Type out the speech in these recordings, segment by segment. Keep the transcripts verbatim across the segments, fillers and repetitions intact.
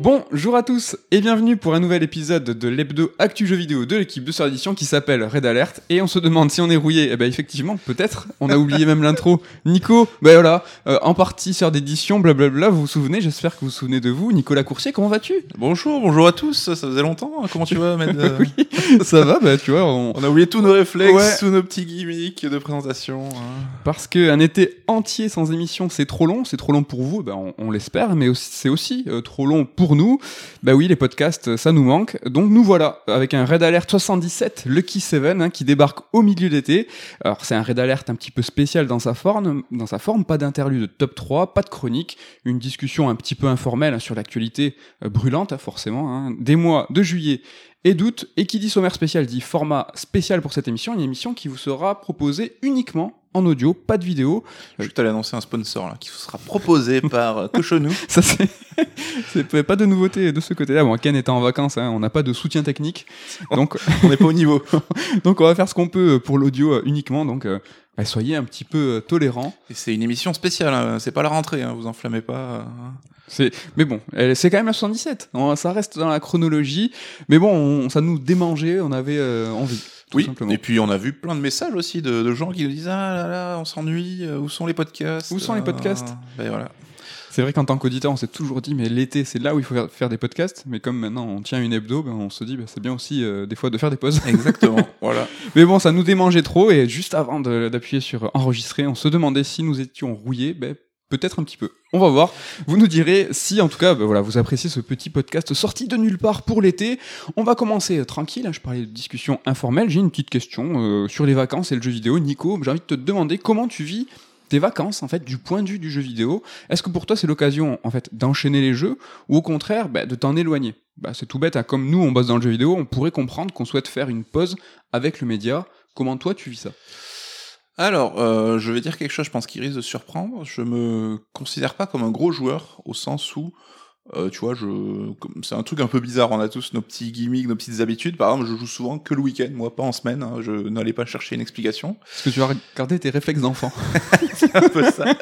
Bonjour à tous et bienvenue pour un nouvel épisode de l'hebdo Actu Jeux Vidéo de l'équipe de Sœur Édition qui s'appelle Red Alert. Et on se demande si on est rouillé. Eh ben effectivement, peut-être. On a oublié même l'intro. Nico, ben voilà, euh, en partie Sœur d'Édition, blablabla. Vous vous souvenez, j'espère que vous vous souvenez de vous. Nicolas Coursier, comment vas-tu ? Bonjour, bonjour à tous. Ça faisait longtemps. Comment tu vas, Ahmed ? Oui, ça va, bah tu vois. On... on a oublié tous nos réflexes, ouais. tous nos petits gimmicks de présentation. Hein. Parce qu'un été entier sans émission, c'est trop long. C'est trop long pour vous, ben on, on l'espère, mais aussi, c'est aussi euh, trop long pour nous. Bah oui, les podcasts, ça nous manque. Donc nous voilà, avec un Red Alert soixante-dix-sept Lucky sept hein, qui débarque au milieu d'été. Alors c'est un Red Alert un petit peu spécial dans sa forme, dans sa forme, pas d'interlude top trois, pas de chronique, une discussion un petit peu informelle hein, sur l'actualité euh, brûlante, hein, forcément, hein, des mois de juillet et d'août. Et qui dit sommaire spécial dit format spécial pour cette émission, une émission qui vous sera proposée uniquement en audio, pas de vidéo. Je que t'allais annoncer un sponsor là, qui vous sera proposé par Cochonou. Ça c'est... c'est pas de nouveauté de ce côté-là. Bon, Ken étant en vacances, hein, on n'a pas de soutien technique, donc on n'est pas au niveau. Donc on va faire ce qu'on peut pour l'audio uniquement. Donc euh, bah, soyez un petit peu tolérants. Et c'est une émission spéciale, hein. C'est pas la rentrée, hein. Vous enflammez pas. Hein. C'est... Mais bon, c'est quand même la soixante-dix-sept. Ça reste dans la chronologie. Mais bon, on... ça nous démangeait, on avait euh, envie. Oui, simplement. Et puis on a vu plein de messages aussi de, de gens qui nous disent ah là là, on s'ennuie, où sont les podcasts ? Où sont les podcasts ? euh, Ben voilà. C'est vrai qu'en tant qu'auditeur, on s'est toujours dit mais l'été, c'est là où il faut faire des podcasts. Mais comme maintenant on tient une hebdo, ben on se dit ben, c'est bien aussi euh, des fois de faire des pauses. Exactement, voilà. Mais bon, ça nous démangeait trop et juste avant de, d'appuyer sur enregistrer, on se demandait si nous étions rouillés. Ben peut-être un petit peu. On va voir. Vous nous direz si, en tout cas, ben voilà, vous appréciez ce petit podcast sorti de nulle part pour l'été. On va commencer euh, tranquille. Hein, je parlais de discussion informelle. J'ai une petite question euh, sur les vacances et le jeu vidéo. Nico, j'ai envie de te demander comment tu vis tes vacances, en fait, du point de vue du jeu vidéo. Est-ce que pour toi, c'est l'occasion, en fait, d'enchaîner les jeux ou au contraire, ben, de t'en éloigner ? Ben, c'est tout bête. Hein, comme nous, on bosse dans le jeu vidéo, on pourrait comprendre qu'on souhaite faire une pause avec le média. Comment toi, tu vis ça ? Alors, euh, je vais dire quelque chose, je pense, qui risque de surprendre. Je me considère pas comme un gros joueur, au sens où, euh, tu vois, je, c'est un truc un peu bizarre. On a tous nos petits gimmicks, nos petites habitudes. Par exemple, je joue souvent que le week-end, moi, pas en semaine. Hein, je n'allais pas chercher une explication. Parce que tu vas regarder tes réflexes d'enfant. C'est un peu ça.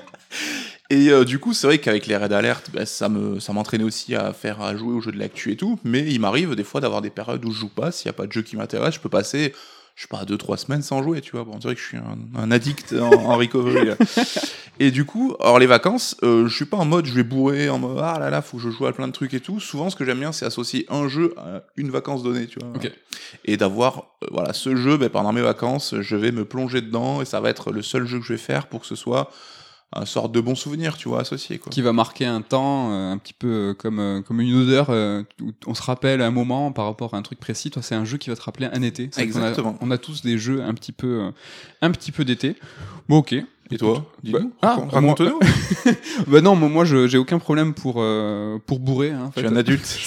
Et euh, du coup, c'est vrai qu'avec les raids alert, bah, ça me, ça m'entraînait aussi à faire, à jouer aux jeux de l'actu et tout. Mais il m'arrive des fois d'avoir des périodes où je joue pas. S'il y a pas de jeu qui m'intéresse, je peux passer. Je sais pas, deux, trois semaines sans jouer, tu vois. Bon, on dirait que je suis un, un addict en, en recovery, là. Et du coup, alors les vacances, euh, je suis pas en mode, je vais bourrer, en mode, ah là là, faut que je joue à plein de trucs et tout. Souvent, ce que j'aime bien, c'est associer un jeu à une vacance donnée, tu vois. Okay. Et d'avoir, euh, voilà, ce jeu, ben, pendant mes vacances, je vais me plonger dedans et ça va être le seul jeu que je vais faire pour que ce soit un sorte de bon souvenir, tu vois, associé, quoi. Qui va marquer un temps, euh, un petit peu euh, comme, euh, comme une odeur, euh, où on se rappelle un moment par rapport à un truc précis. Toi, c'est un jeu qui va te rappeler un été. C'est Exactement. On a, on a tous des jeux un petit peu, euh, un petit peu d'été. Bon, ok. Et toi, dis-nous. Bah, ah, raconte-nous. Bah non, moi, je, j'ai aucun problème pour, euh, pour bourrer. Hein, en fait. Je suis un adulte.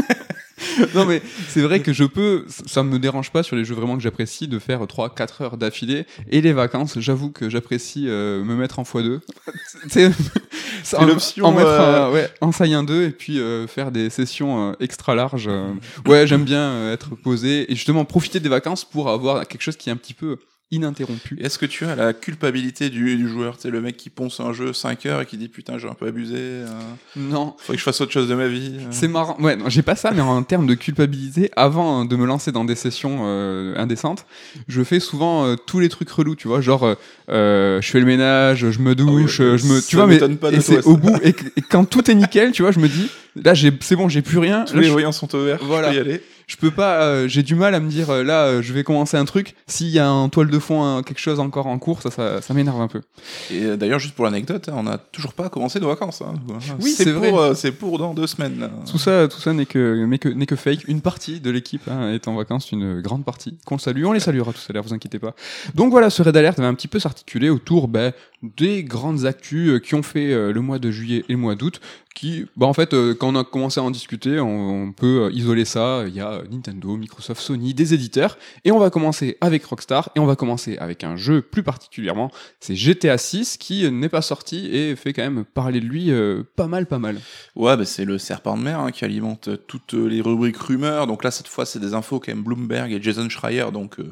Non mais c'est vrai que je peux, ça me dérange pas sur les jeux vraiment que j'apprécie de faire trois quatre heures d'affilée, et les vacances, j'avoue que j'apprécie euh, me mettre en fois deux. C'est, c'est en, l'option en mettre euh... un, ouais, en saillant deux et puis euh, faire des sessions euh, extra larges. Euh. Ouais, j'aime bien euh, être posé et justement profiter des vacances pour avoir quelque chose qui est un petit peu ininterrompu. Est-ce que tu as la culpabilité du, du joueur, tu sais, le mec qui ponce un jeu cinq heures et qui dit putain j'ai un peu abusé, euh, non, faudrait que je fasse autre chose de ma vie. Euh. C'est marrant, ouais, non, j'ai pas ça, mais en termes de culpabilité, avant de me lancer dans des sessions euh, indécentes, je fais souvent euh, tous les trucs relous, tu vois, genre euh, je fais le ménage, je me douche, ah oui, je me, tu vois, mais pas de et toi, c'est ça. au bout, et, et quand tout est nickel, tu vois, je me dis là j'ai, c'est bon, j'ai plus rien. Tous là, les je... voyants sont au vert, voilà. je peux y aller. Je peux pas, euh, j'ai du mal à me dire euh, là euh, je vais commencer un truc, s'il y a un toile de fond, un, quelque chose encore en cours, ça, ça, ça m'énerve un peu. Et euh, d'ailleurs juste pour l'anecdote, hein, on n'a toujours pas commencé nos vacances. Hein. Oui, c'est, c'est vrai. Pour, euh, c'est pour dans deux semaines. Là. Tout ça, tout ça n'est que, n'est que, n'est que fake. Une partie de l'équipe hein, est en vacances, une grande partie. Qu'on salue, on les saluera tout à l'heure, vous inquiétez pas. Donc voilà, ce Red Alert va un petit peu s'articuler autour bah, des grandes actus euh, qui ont fait euh, le mois de juillet et le mois d'août. Qui, bah en fait, euh, quand on a commencé à en discuter, on, on peut euh, isoler ça. Il y a Nintendo, Microsoft, Sony, des éditeurs. Et on va commencer avec Rockstar. Et on va commencer avec un jeu plus particulièrement. C'est G T A six qui euh, n'est pas sorti et fait quand même parler de lui euh, pas mal, pas mal. Ouais, bah c'est le serpent de mer hein, qui alimente toutes les rubriques rumeurs. Donc là, cette fois, c'est des infos quand même Bloomberg et Jason Schreier. Donc euh,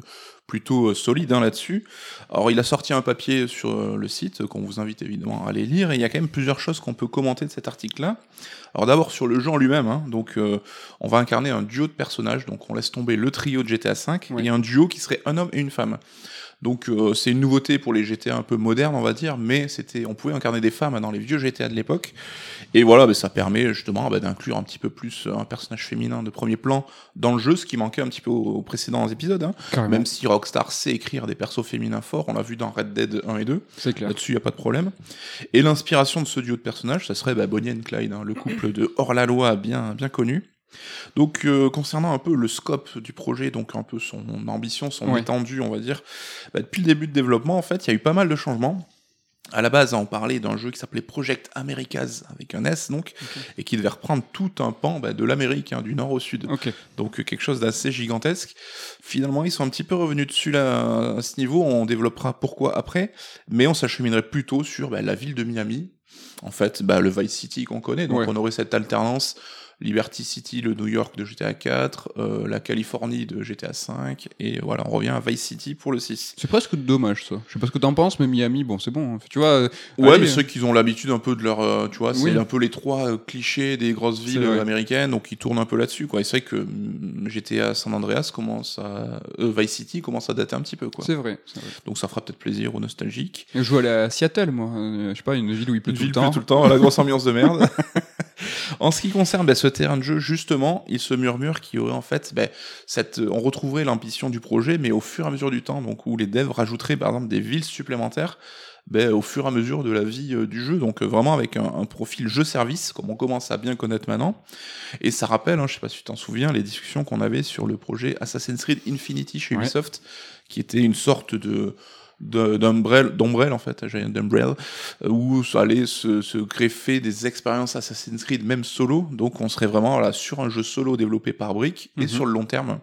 plutôt euh, solide hein, là-dessus. Alors il a sorti un papier sur euh, le site euh, qu'on vous invite évidemment à aller lire, et il y a quand même plusieurs choses qu'on peut commenter de cet article-là. Alors d'abord sur le jeu en lui-même, hein, donc euh, on va incarner un duo de personnages, donc on laisse tomber le trio de G T A cinq, Oui. et un duo qui serait un homme et une femme. Donc euh, c'est une nouveauté pour les G T A un peu modernes, on va dire, mais c'était, on pouvait incarner des femmes dans les vieux G T A de l'époque. Et voilà, bah, ça permet justement bah, d'inclure un petit peu plus un personnage féminin de premier plan dans le jeu, ce qui manquait un petit peu aux, aux précédents épisodes. Hein. Même si Rockstar sait écrire des persos féminins forts, on l'a vu dans Red Dead un et deux. C'est clair. Là-dessus, il n'y a pas de problème. Et l'inspiration de ce duo de personnages, ça serait bah, Bonnie and Clyde, hein, le couple de hors-la-loi bien, bien connu. Donc euh, concernant un peu le scope du projet, donc un peu son ambition, son Ouais. étendue, on va dire, bah, depuis le début de développement, en fait, il y a eu pas mal de changements. À la base, on parlait d'un jeu qui s'appelait Project Americas, avec un S, donc, Okay. et qui devait reprendre tout un pan bah, de l'Amérique, hein, du nord au sud. Okay. Donc quelque chose d'assez gigantesque. Finalement, ils sont un petit peu revenus dessus là, à ce niveau, on développera pourquoi après, mais on s'acheminerait plutôt sur bah, la ville de Miami, en fait, bah, le Vice City qu'on connaît, donc ouais. on aurait cette alternance Liberty City, le New York de G T A quatre, euh, la Californie de G T A cinq, et voilà, on revient à Vice City pour le six. C'est presque dommage, ça. Je sais pas ce que t'en penses, mais Miami, bon, c'est bon. Tu vois. Euh, ouais, allez, mais c'est vrai qu'ils ont l'habitude un peu de leur, euh, tu vois, c'est oui. un peu les trois euh, clichés des grosses villes euh, américaines, donc ils tournent un peu là-dessus, quoi. Et c'est vrai que mm, G T A San Andreas commence à, euh, Vice City commence à dater un petit peu, quoi. C'est vrai, c'est vrai. Donc ça fera peut-être plaisir aux nostalgiques. Et je joue à Seattle, moi. Euh, je sais pas, une ville où il pleut une tout ville le temps. tout le temps, la grosse ambiance de merde. En ce qui concerne bah, ce terrain de jeu, justement, il se murmure qu'il y aurait en fait, bah, cette, on retrouverait l'ambition du projet, mais au fur et à mesure du temps, donc où les devs rajouteraient par exemple des villes supplémentaires, bah, au fur et à mesure de la vie euh, du jeu, donc euh, vraiment avec un, un profil jeu-service, comme on commence à bien connaître maintenant. Et ça rappelle, hein, je sais pas si tu t'en souviens, les discussions qu'on avait sur le projet Assassin's Creed Infinity chez ouais. Ubisoft, qui était une sorte de d'ombrelle, d'ombrelle en fait, j'ai d'umbrelle, où ça allait se, se greffer des expériences Assassin's Creed, même solo, donc on serait vraiment là sur un jeu solo développé par Brick, et mm-hmm. sur le long terme,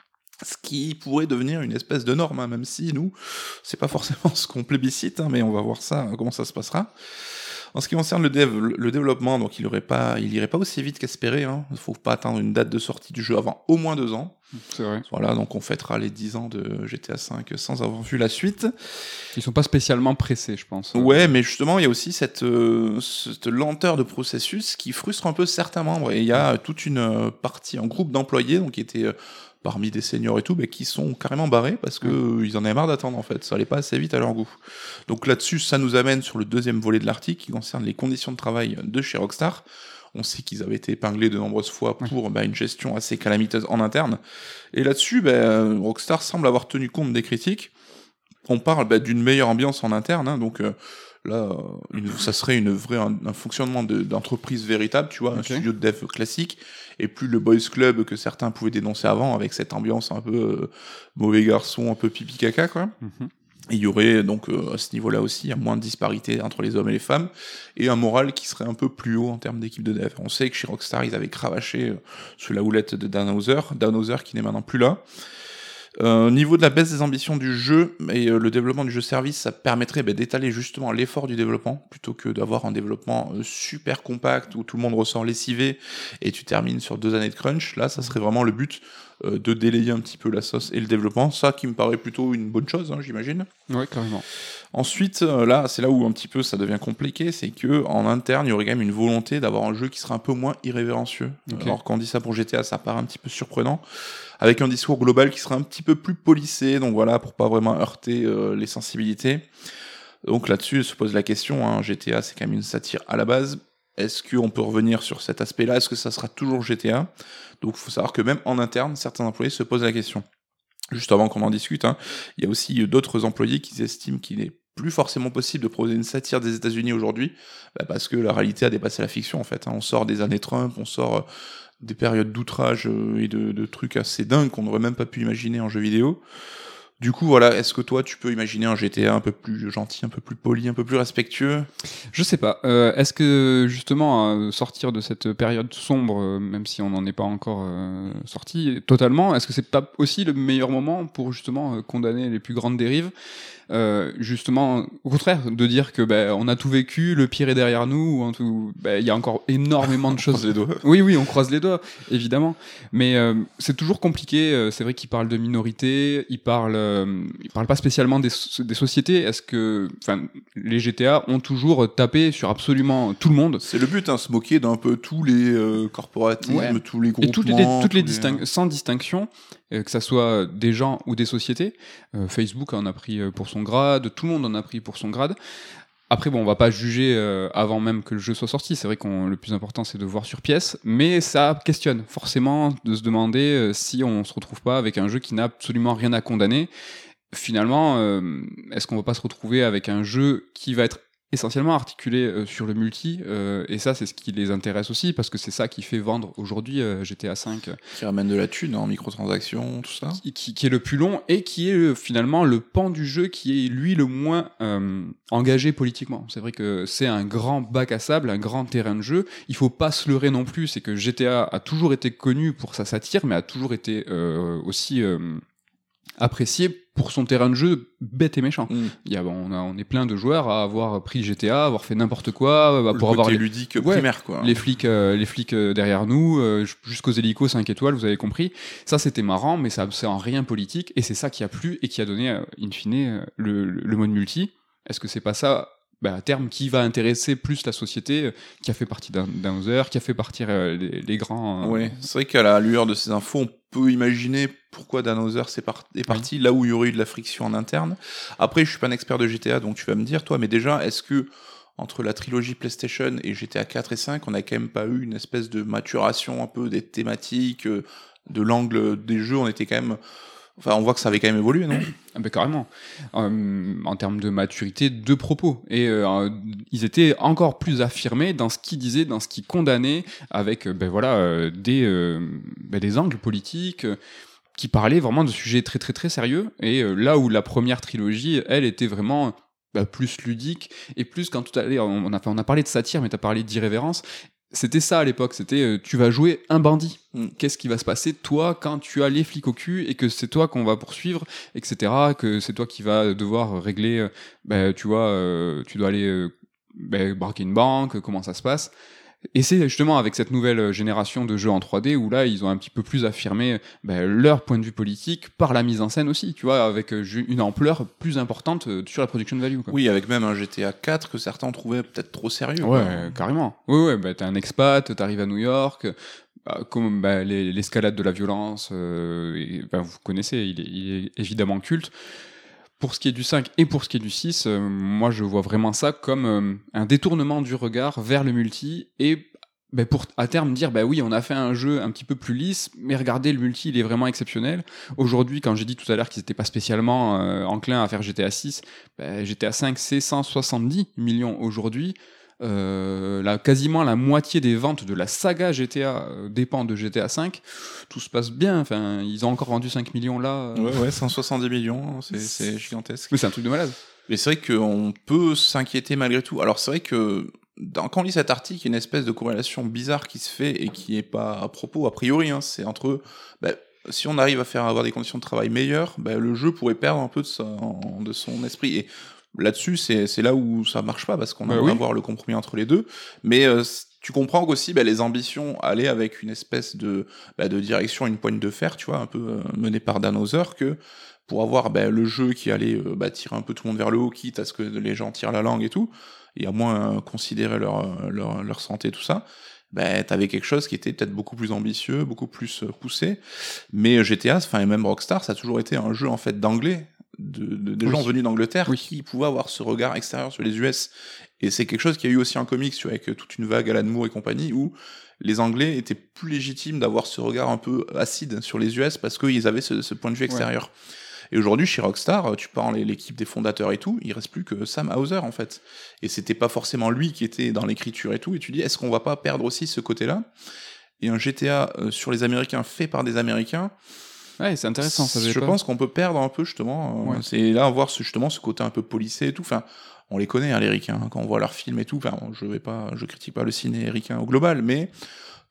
ce qui pourrait devenir une espèce de norme, hein, même si nous, c'est pas forcément ce qu'on plébiscite, hein, mais on va voir ça, comment ça se passera. En ce qui concerne le, dev, le développement, donc il irait pas, il irait pas aussi vite qu'espéré. Hein. Il faut pas attendre une date de sortie du jeu avant au moins deux ans. C'est vrai. Voilà, donc on fêtera les dix ans de G T A cinq sans avoir vu la suite. Ils sont pas spécialement pressés, je pense. Ouais, mais justement, il y a aussi cette, euh, cette lenteur de processus qui frustre un peu certains membres. Et il y a toute une partie, un groupe d'employés, donc qui était euh, parmi des seniors et tout, mais qui sont carrément barrés parce que mmh. euh, ils en avaient marre d'attendre en fait. Ça allait pas assez vite à leur goût. Donc là-dessus, ça nous amène sur le deuxième volet de l'article qui concerne les conditions de travail de chez Rockstar. On sait qu'ils avaient été épinglés de nombreuses fois pour bah, une gestion assez calamiteuse en interne. Et là-dessus, bah, Rockstar semble avoir tenu compte des critiques. On parle bah, d'une meilleure ambiance en interne, hein, donc euh, là, une, ça serait une vraie, un, un fonctionnement de, d'entreprise véritable, tu vois, okay. un studio de dev classique, et plus le boys club que certains pouvaient dénoncer avant, avec cette ambiance un peu euh, mauvais garçon, un peu pipi caca, quoi. Mm-hmm. Et il y aurait donc euh, à ce niveau-là aussi un moins de disparité entre les hommes et les femmes, et un moral qui serait un peu plus haut en termes d'équipe de dev. On sait que chez Rockstar, ils avaient cravaché euh, sous la houlette de Dan Houser, Dan Houser qui n'est maintenant plus là. Euh, au niveau de la baisse des ambitions du jeu et euh, le développement du jeu service, ça permettrait bah, d'étaler justement l'effort du développement plutôt que d'avoir un développement euh, super compact où tout le monde ressort lessivé et tu termines sur deux années de crunch. Là, ça serait vraiment le but euh, de délayer un petit peu la sauce et le développement. Ça qui me paraît plutôt une bonne chose, hein, j'imagine. Ouais, carrément. Ensuite, euh, là, c'est là où un petit peu ça devient compliqué, c'est que en interne, il y aurait quand même une volonté d'avoir un jeu qui serait un peu moins irrévérencieux. Okay. Alors quand on dit ça pour G T A, ça paraît un petit peu surprenant, avec un discours global qui serait un petit peu plus polissé, donc voilà, pour pas vraiment heurter euh, les sensibilités. Donc là-dessus, se pose la question, hein, G T A, c'est quand même une satire à la base. Est-ce qu'on peut revenir sur cet aspect-là ? Est-ce que ça sera toujours G T A ? Donc il faut savoir que même en interne, certains employés se posent la question. Juste avant qu'on en discute, hein, il y a aussi d'autres employés qui estiment qu'il est plus forcément possible de proposer une satire des États-Unis aujourd'hui, bah parce que la réalité a dépassé la fiction en fait. Hein. On sort des années Trump, on sort euh, des périodes d'outrage euh, et de, de trucs assez dingues qu'on n'aurait même pas pu imaginer en jeu vidéo. Du coup, voilà, est-ce que toi, tu peux imaginer un G T A un peu plus gentil, un peu plus poli, un peu plus respectueux ? Je sais pas. Euh, est-ce que, justement, euh, sortir de cette période sombre, euh, même si on n'en est pas encore euh, sorti totalement, est-ce que c'est pas aussi le meilleur moment pour, justement, euh, condamner les plus grandes dérives ? Euh, justement, au contraire, de dire que bah, on a tout vécu, le pire est derrière nous, ou tout, bah, y a encore énormément de choses. On croise les doigts. Oui, oui, on croise les doigts, évidemment. Mais euh, c'est toujours compliqué. C'est vrai qu'il parle de minorité, il parle euh, il parle pas spécialement des, des sociétés. Est-ce que, enfin, les G T A ont toujours tapé sur absolument tout le monde. C'est le but, hein, se moquer d'un peu tous les euh, corporatismes, ouais. tous les groupements. Et toutes les, toutes les, les... Distinc- sans distinction, euh, que ça soit des gens ou des sociétés. Euh, Facebook en a pris pour son grade, tout le monde en a pris pour son grade. Après, bon, on va pas juger euh, avant même que le jeu soit sorti. C'est vrai que le plus important, c'est de voir sur pièce. Mais ça questionne forcément de se demander euh, si on se retrouve pas avec un jeu qui n'a absolument rien à condamner. Finalement, euh, est-ce qu'on va pas se retrouver avec un jeu qui va être essentiellement articulé euh, sur le multi, euh, et ça c'est ce qui les intéresse aussi, parce que c'est ça qui fait vendre aujourd'hui euh, G T A cinq. Qui ramène de la thune en microtransactions, tout ça. Qui, qui, qui est le plus long, et qui est euh, finalement le pan du jeu qui est lui le moins euh, engagé politiquement. C'est vrai que c'est un grand bac à sable, un grand terrain de jeu. Il faut pas se leurrer non plus, c'est que G T A a toujours été connu pour sa satire, mais a toujours été euh, aussi... Euh, apprécié pour son terrain de jeu bête et méchant. Mm. Il y a, bon, on, a, on est plein de joueurs à avoir pris G T A, avoir fait n'importe quoi, le pour côté avoir les ludique ouais, primaire, quoi. Les flics, euh, les flics derrière nous, euh, jusqu'aux hélicos cinq étoiles, vous avez compris. Ça, c'était marrant, mais ça, c'est en rien politique, et c'est ça qui a plu et qui a donné, euh, in fine, le, le, le mode multi. Est-ce que c'est pas ça? Bah, à terme, qui va intéresser plus la société, euh, qui a fait partie d'un Dowser, qui a fait partir euh, les, les grands... Euh... Oui, c'est vrai qu'à la lueur de ces infos, on peut imaginer pourquoi Dowser est, par- est parti, oui. Là où il y aurait eu de la friction en interne. Après, je suis pas un expert de G T A, donc tu vas me dire, toi, mais déjà, est-ce que entre la trilogie PlayStation et G T A quatre et cinq, on n'a quand même pas eu une espèce de maturation un peu des thématiques, de l'angle des jeux, on était quand même... Enfin, on voit que ça avait quand même évolué, non? Ah ben carrément. Euh, en termes de maturité de propos. Et euh, ils étaient encore plus affirmés dans ce qu'ils disaient, dans ce qu'ils condamnaient, avec ben voilà, euh, des, euh, ben des angles politiques euh, qui parlaient vraiment de sujets très très très sérieux. Et euh, là où la première trilogie, elle, était vraiment ben, plus ludique, et plus quand tout à l'heure, on a, on a parlé de satire, mais tu as parlé d'irrévérence. C'était ça à l'époque, c'était euh, tu vas jouer un bandit. Mm. Qu'est-ce qui va se passer toi quand tu as les flics au cul et que c'est toi qu'on va poursuivre, et cetera. Que c'est toi qui vas devoir régler, euh, bah, tu vois, euh, tu dois aller euh, bah, braquer une banque, comment ça se passe. Et c'est justement avec cette nouvelle génération de jeux en trois D où là ils ont un petit peu plus affirmé bah, leur point de vue politique par la mise en scène aussi, tu vois, avec une ampleur plus importante sur la production value, quoi. Oui, avec même un G T A quatre que certains trouvaient peut-être trop sérieux. Ouais, quoi. carrément. Oui, ouais, bah, t'es un expat, t'arrives à New York, bah, comme bah, les, l'escalade de la violence, euh, et, bah, vous connaissez, il est, il est évidemment culte. Pour ce qui est du cinq et pour ce qui est du six, euh, moi je vois vraiment ça comme euh, un détournement du regard vers le multi, et bah, pour à terme dire bah oui, on a fait un jeu un petit peu plus lisse, mais regardez, le multi il est vraiment exceptionnel. Aujourd'hui, quand j'ai dit tout à l'heure qu'ils n'étaient pas spécialement euh, enclins à faire G T A six, bah, G T A cinq c'est cent soixante-dix millions aujourd'hui. Euh, là, quasiment la moitié des ventes de la saga G T A euh, dépend de G T A cinq. Tout se passe bien. Enfin, ils ont encore vendu cinq millions là. Euh... Ouais, ouais, cent soixante-dix millions, c'est, c'est gigantesque. Mais c'est un truc de malade. Mais c'est vrai qu'on peut s'inquiéter malgré tout. Alors c'est vrai que dans, quand on lit cet article, il y a une espèce de corrélation bizarre qui se fait et qui est pas à propos a priori. Hein, c'est entre bah, si on arrive à faire avoir des conditions de travail meilleures, bah, le jeu pourrait perdre un peu de, sa, de son esprit. Et là-dessus, c'est, c'est là où ça marche pas, parce qu'on bah va oui. avoir le compromis entre les deux. Mais euh, tu comprends qu'aussi, bah, les ambitions allaient avec une espèce de, bah, de direction, une poigne de fer, tu vois, un peu euh, menée par Dowser, que pour avoir bah, le jeu qui allait euh, bah, tirer un peu tout le monde vers le haut, quitte à ce que les gens tirent la langue et tout, et à moins euh, considérer leur, leur, leur santé, tout ça, bah, t'avais quelque chose qui était peut-être beaucoup plus ambitieux, beaucoup plus euh, poussé. Mais G T A, enfin, et même Rockstar, ça a toujours été un jeu en fait d'anglais, de, de, des oui. gens venus d'Angleterre oui. qui pouvaient avoir ce regard extérieur sur les U S. Et c'est quelque chose qu'il y a eu aussi en comics, tu vois, avec toute une vague Alan Moore et compagnie, où les Anglais étaient plus légitimes d'avoir ce regard un peu acide sur les U S parce qu'ils avaient ce, ce point de vue extérieur. Ouais. Et aujourd'hui, chez Rockstar, tu parles de l'équipe des fondateurs et tout, il reste plus que Sam Houser, en fait. Et c'était pas forcément lui qui était dans l'écriture et tout, et tu dis, est-ce qu'on va pas perdre aussi ce côté-là? Et un G T A euh, sur les Américains, fait par des Américains, ouais, c'est intéressant. Ça, je pas... pense qu'on peut perdre un peu, justement. Euh, ouais. C'est là, voir ce, justement ce côté un peu policé et tout. Enfin, on les connaît, hein, les ricains, hein, quand on voit leurs films et tout. Enfin, je vais pas, je critique pas le ciné ricain au global, mais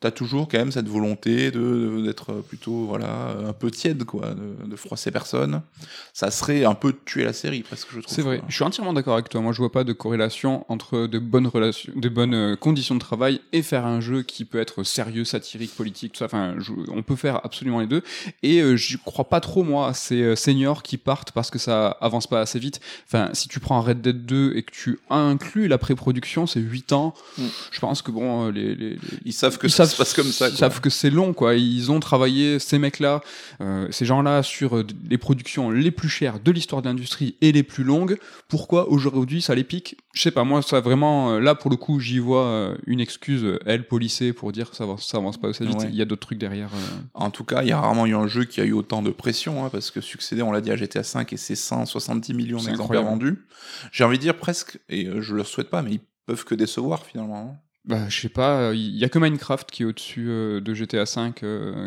t'as toujours quand même cette volonté de, d'être plutôt voilà un peu tiède quoi, de, de froisser personne. Ça serait un peu de tuer la série presque je trouve. C'est vrai. Quoi. Je suis entièrement d'accord avec toi. Moi je vois pas de corrélation entre de bonnes relations, de bonnes euh, conditions de travail et faire un jeu qui peut être sérieux, satirique, politique, tout ça. Enfin, je, on peut faire absolument les deux. Et euh, je crois pas trop moi à ces euh, seniors qui partent parce que ça avance pas assez vite. Enfin, si tu prends Red Dead deux et que tu inclus la pré-production, c'est huit ans. Mm. Je pense que bon, les, les, les ils savent que ils ça savent, se passe comme ça. Ils quoi. savent que c'est long, quoi. Ils ont travaillé, ces mecs-là, euh, ces gens-là, sur euh, les productions les plus chères de l'histoire de l'industrie et les plus longues. Pourquoi aujourd'hui ça les pique ? Je sais pas, moi, ça vraiment, euh, là pour le coup, j'y vois euh, une excuse, euh, elle, policée, pour dire que ça avance, ça avance pas assez vite. Ouais. Il y a d'autres trucs derrière. Euh... En tout cas, il y a rarement eu un jeu qui a eu autant de pression, hein, parce que succéder, on l'a dit, à G T A cinq et ses cent soixante-dix millions c'est d'exemplaires incroyable. vendus. J'ai envie de dire presque, et euh, je leur souhaite pas, mais ils peuvent que décevoir finalement. Hein. Bah, je sais pas, il y a que Minecraft qui est au-dessus euh, de G T A cinq, euh,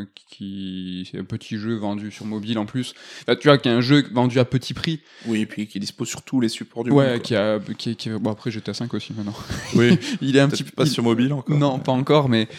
qui c'est un petit jeu vendu sur mobile en plus. Là, tu vois, qu'il y a un jeu vendu à petit prix. Oui, et puis qui dispose sur tous les supports du ouais, monde. Ouais, qui a, qui, qui, bon après G T A cinq aussi maintenant. Oui. Il est un petit peu pas il... sur mobile encore. Non, pas encore, mais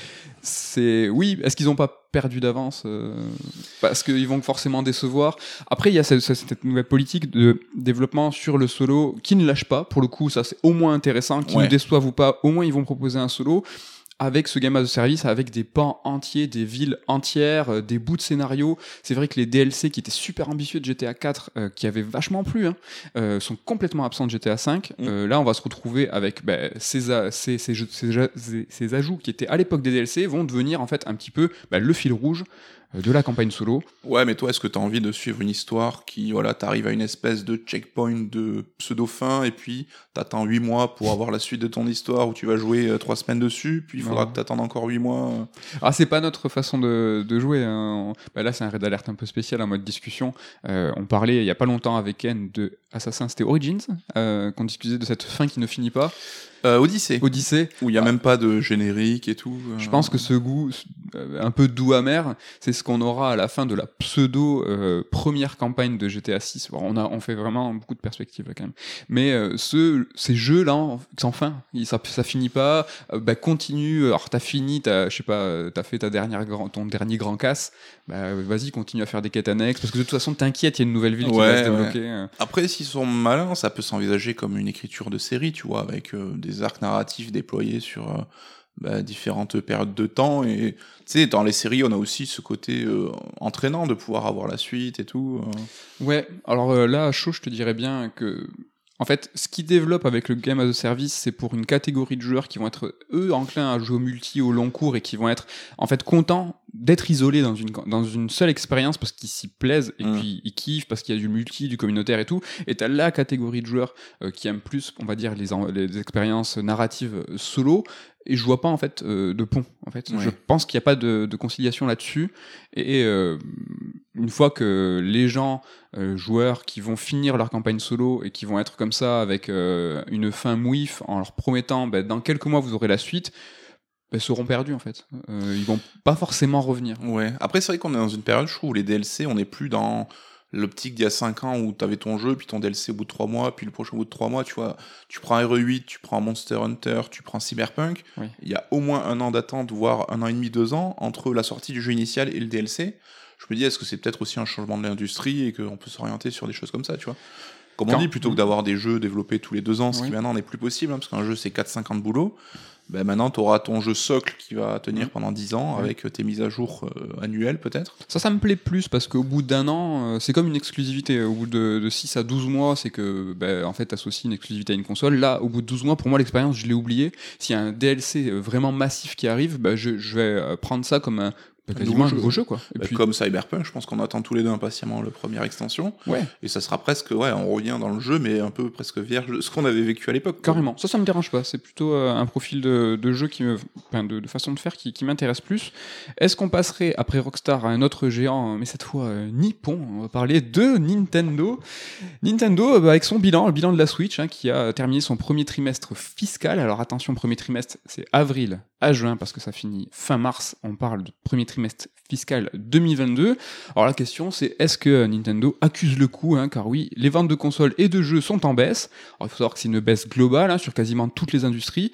c'est oui. Est-ce qu'ils ont pas perdu d'avance euh, parce qu'ils vont forcément décevoir. Après, il y a cette, cette nouvelle politique de développement sur le solo qui ne lâche pas. Pour le coup, ça c'est au moins intéressant. Qu'ils ouais. ne déçoivent ou pas, au moins ils vont proposer un solo avec ce game as a service, avec des pans entiers, des villes entières, euh, des bouts de scénario. C'est vrai que les D L C qui étaient super ambitieux de G T A quatre, euh, qui avaient vachement plu, hein, euh, sont complètement absents de G T A cinq. Mm. Euh, là, on va se retrouver avec bah, ces, a- ces, ces, ces, ces, ces ajouts qui étaient à l'époque des D L C vont devenir en fait un petit peu bah, le fil rouge de la campagne solo. Ouais, mais toi, est-ce que t'as envie de suivre une histoire qui, voilà, t'arrives à une espèce de checkpoint de pseudo-fin, et puis t'attends huit mois pour avoir la suite de ton histoire, où tu vas jouer trois semaines dessus, puis il faudra non. que t'attendes encore huit mois. Ah, c'est pas notre façon de, de jouer. Hein. Bah là, c'est un raid alert un peu spécial en mode discussion. Euh, on parlait il y a pas longtemps avec Ken de Assassin, c'était Origins, euh, qu'on discutait de cette fin qui ne finit pas. Euh, Odyssey. Odyssey. Où il n'y a ah. même pas de générique et tout. Euh... Je pense que ce goût euh, un peu doux amer, c'est ce qu'on aura à la fin de la pseudo euh, première campagne de G T A six. Bon, on a on fait vraiment beaucoup de perspectives là quand même. Mais euh, ce ces jeux là, sans fin, ça ça finit pas. Euh, bah continue. Alors t'as fini, t'as je sais pas, t'as fait ta dernière grand, ton dernier grand casse. Bah vas-y, continue à faire des quêtes annexes parce que de toute façon t'inquiète, il y a une nouvelle ville qui ouais, va se débloquer. Ouais. Après, s'ils sont malins, ça peut s'envisager comme une écriture de série, tu vois, avec euh, des arcs narratifs déployés sur euh, bah, différentes périodes de temps. Et tu sais, dans les séries, on a aussi ce côté euh, entraînant de pouvoir avoir la suite et tout. Euh. Ouais, alors euh, là, à chaud, je te dirais bien que. En fait, ce qu'ils développent avec le Game as a Service, c'est pour une catégorie de joueurs qui vont être, eux, enclins à jouer au multi au long cours et qui vont être, en fait, contents d'être isolés dans une, dans une seule expérience parce qu'ils s'y plaisent et mmh. puis ils kiffent parce qu'il y a du multi, du communautaire et tout. Et t'as la catégorie de joueurs euh, qui aiment plus, on va dire, les, les expériences narratives solo. Et je vois pas, en fait, euh, de pont, en fait. Ouais. Je pense qu'il n'y a pas de, de conciliation là-dessus. Et euh, une fois que les gens, euh, joueurs, qui vont finir leur campagne solo et qui vont être comme ça avec euh, une fin mouif en leur promettant, bah, dans quelques mois, vous aurez la suite, bah, seront perdus, en fait. Euh, ils vont pas forcément revenir. Ouais. Après, c'est vrai qu'on est dans une période, je trouve, où les D L C, on n'est plus dans l'optique d'il y a cinq ans où t'avais ton jeu, puis ton D L C au bout de trois mois, puis le prochain au bout de trois mois, tu vois, tu prends R E huit, tu prends Monster Hunter, tu prends Cyberpunk, oui. Il y a au moins un an d'attente, voire un an et demi, deux ans, entre la sortie du jeu initial et le D L C. Je me dis, est-ce que c'est peut-être aussi un changement de l'industrie et qu'on peut s'orienter sur des choses comme ça, tu vois ? Comme on Quand... dit, plutôt que d'avoir des jeux développés tous les deux ans, ce oui. qui maintenant n'est plus possible, hein, parce qu'un jeu c'est quatre à cinq ans de boulot, ben maintenant tu auras ton jeu socle qui va tenir mmh. pendant dix ans, mmh. avec tes mises à jour euh, annuelles peut-être. Ça, ça me plaît plus, parce qu'au bout d'un an, euh, c'est comme une exclusivité. Au bout de, de six à douze mois, c'est que ben, en fait, t'associes une exclusivité à une console. Là, au bout de douze mois, pour moi, l'expérience, je l'ai oubliée. S'il y a un D L C vraiment massif qui arrive, ben, je, je vais prendre ça comme un... Bah, quasiment un nouveau jeu, quoi. Et bah, puis... Comme Cyberpunk, je pense qu'on attend tous les deux impatiemment la première extension. Ouais. Et ça sera presque, ouais, on revient dans le jeu, mais un peu presque vierge de ce qu'on avait vécu à l'époque. Carrément. Quoi. Ça, ça me dérange pas. C'est plutôt euh, un profil de, de jeu qui me, enfin, de, de façon de faire qui, qui m'intéresse plus. Est-ce qu'on passerait après Rockstar à un autre géant, mais cette fois euh, nippon? On va parler de Nintendo. Nintendo, bah, avec son bilan, le bilan de la Switch, hein, qui a terminé son premier trimestre fiscal. Alors attention, premier trimestre, c'est avril à juin, parce que ça finit fin mars. On parle de premier trimestre fiscal deux mille vingt-deux. Alors la question c'est, est-ce que Nintendo accuse le coup, hein, car oui, les ventes de consoles et de jeux sont en baisse. Alors il faut savoir que c'est une baisse globale, hein, sur quasiment toutes les industries.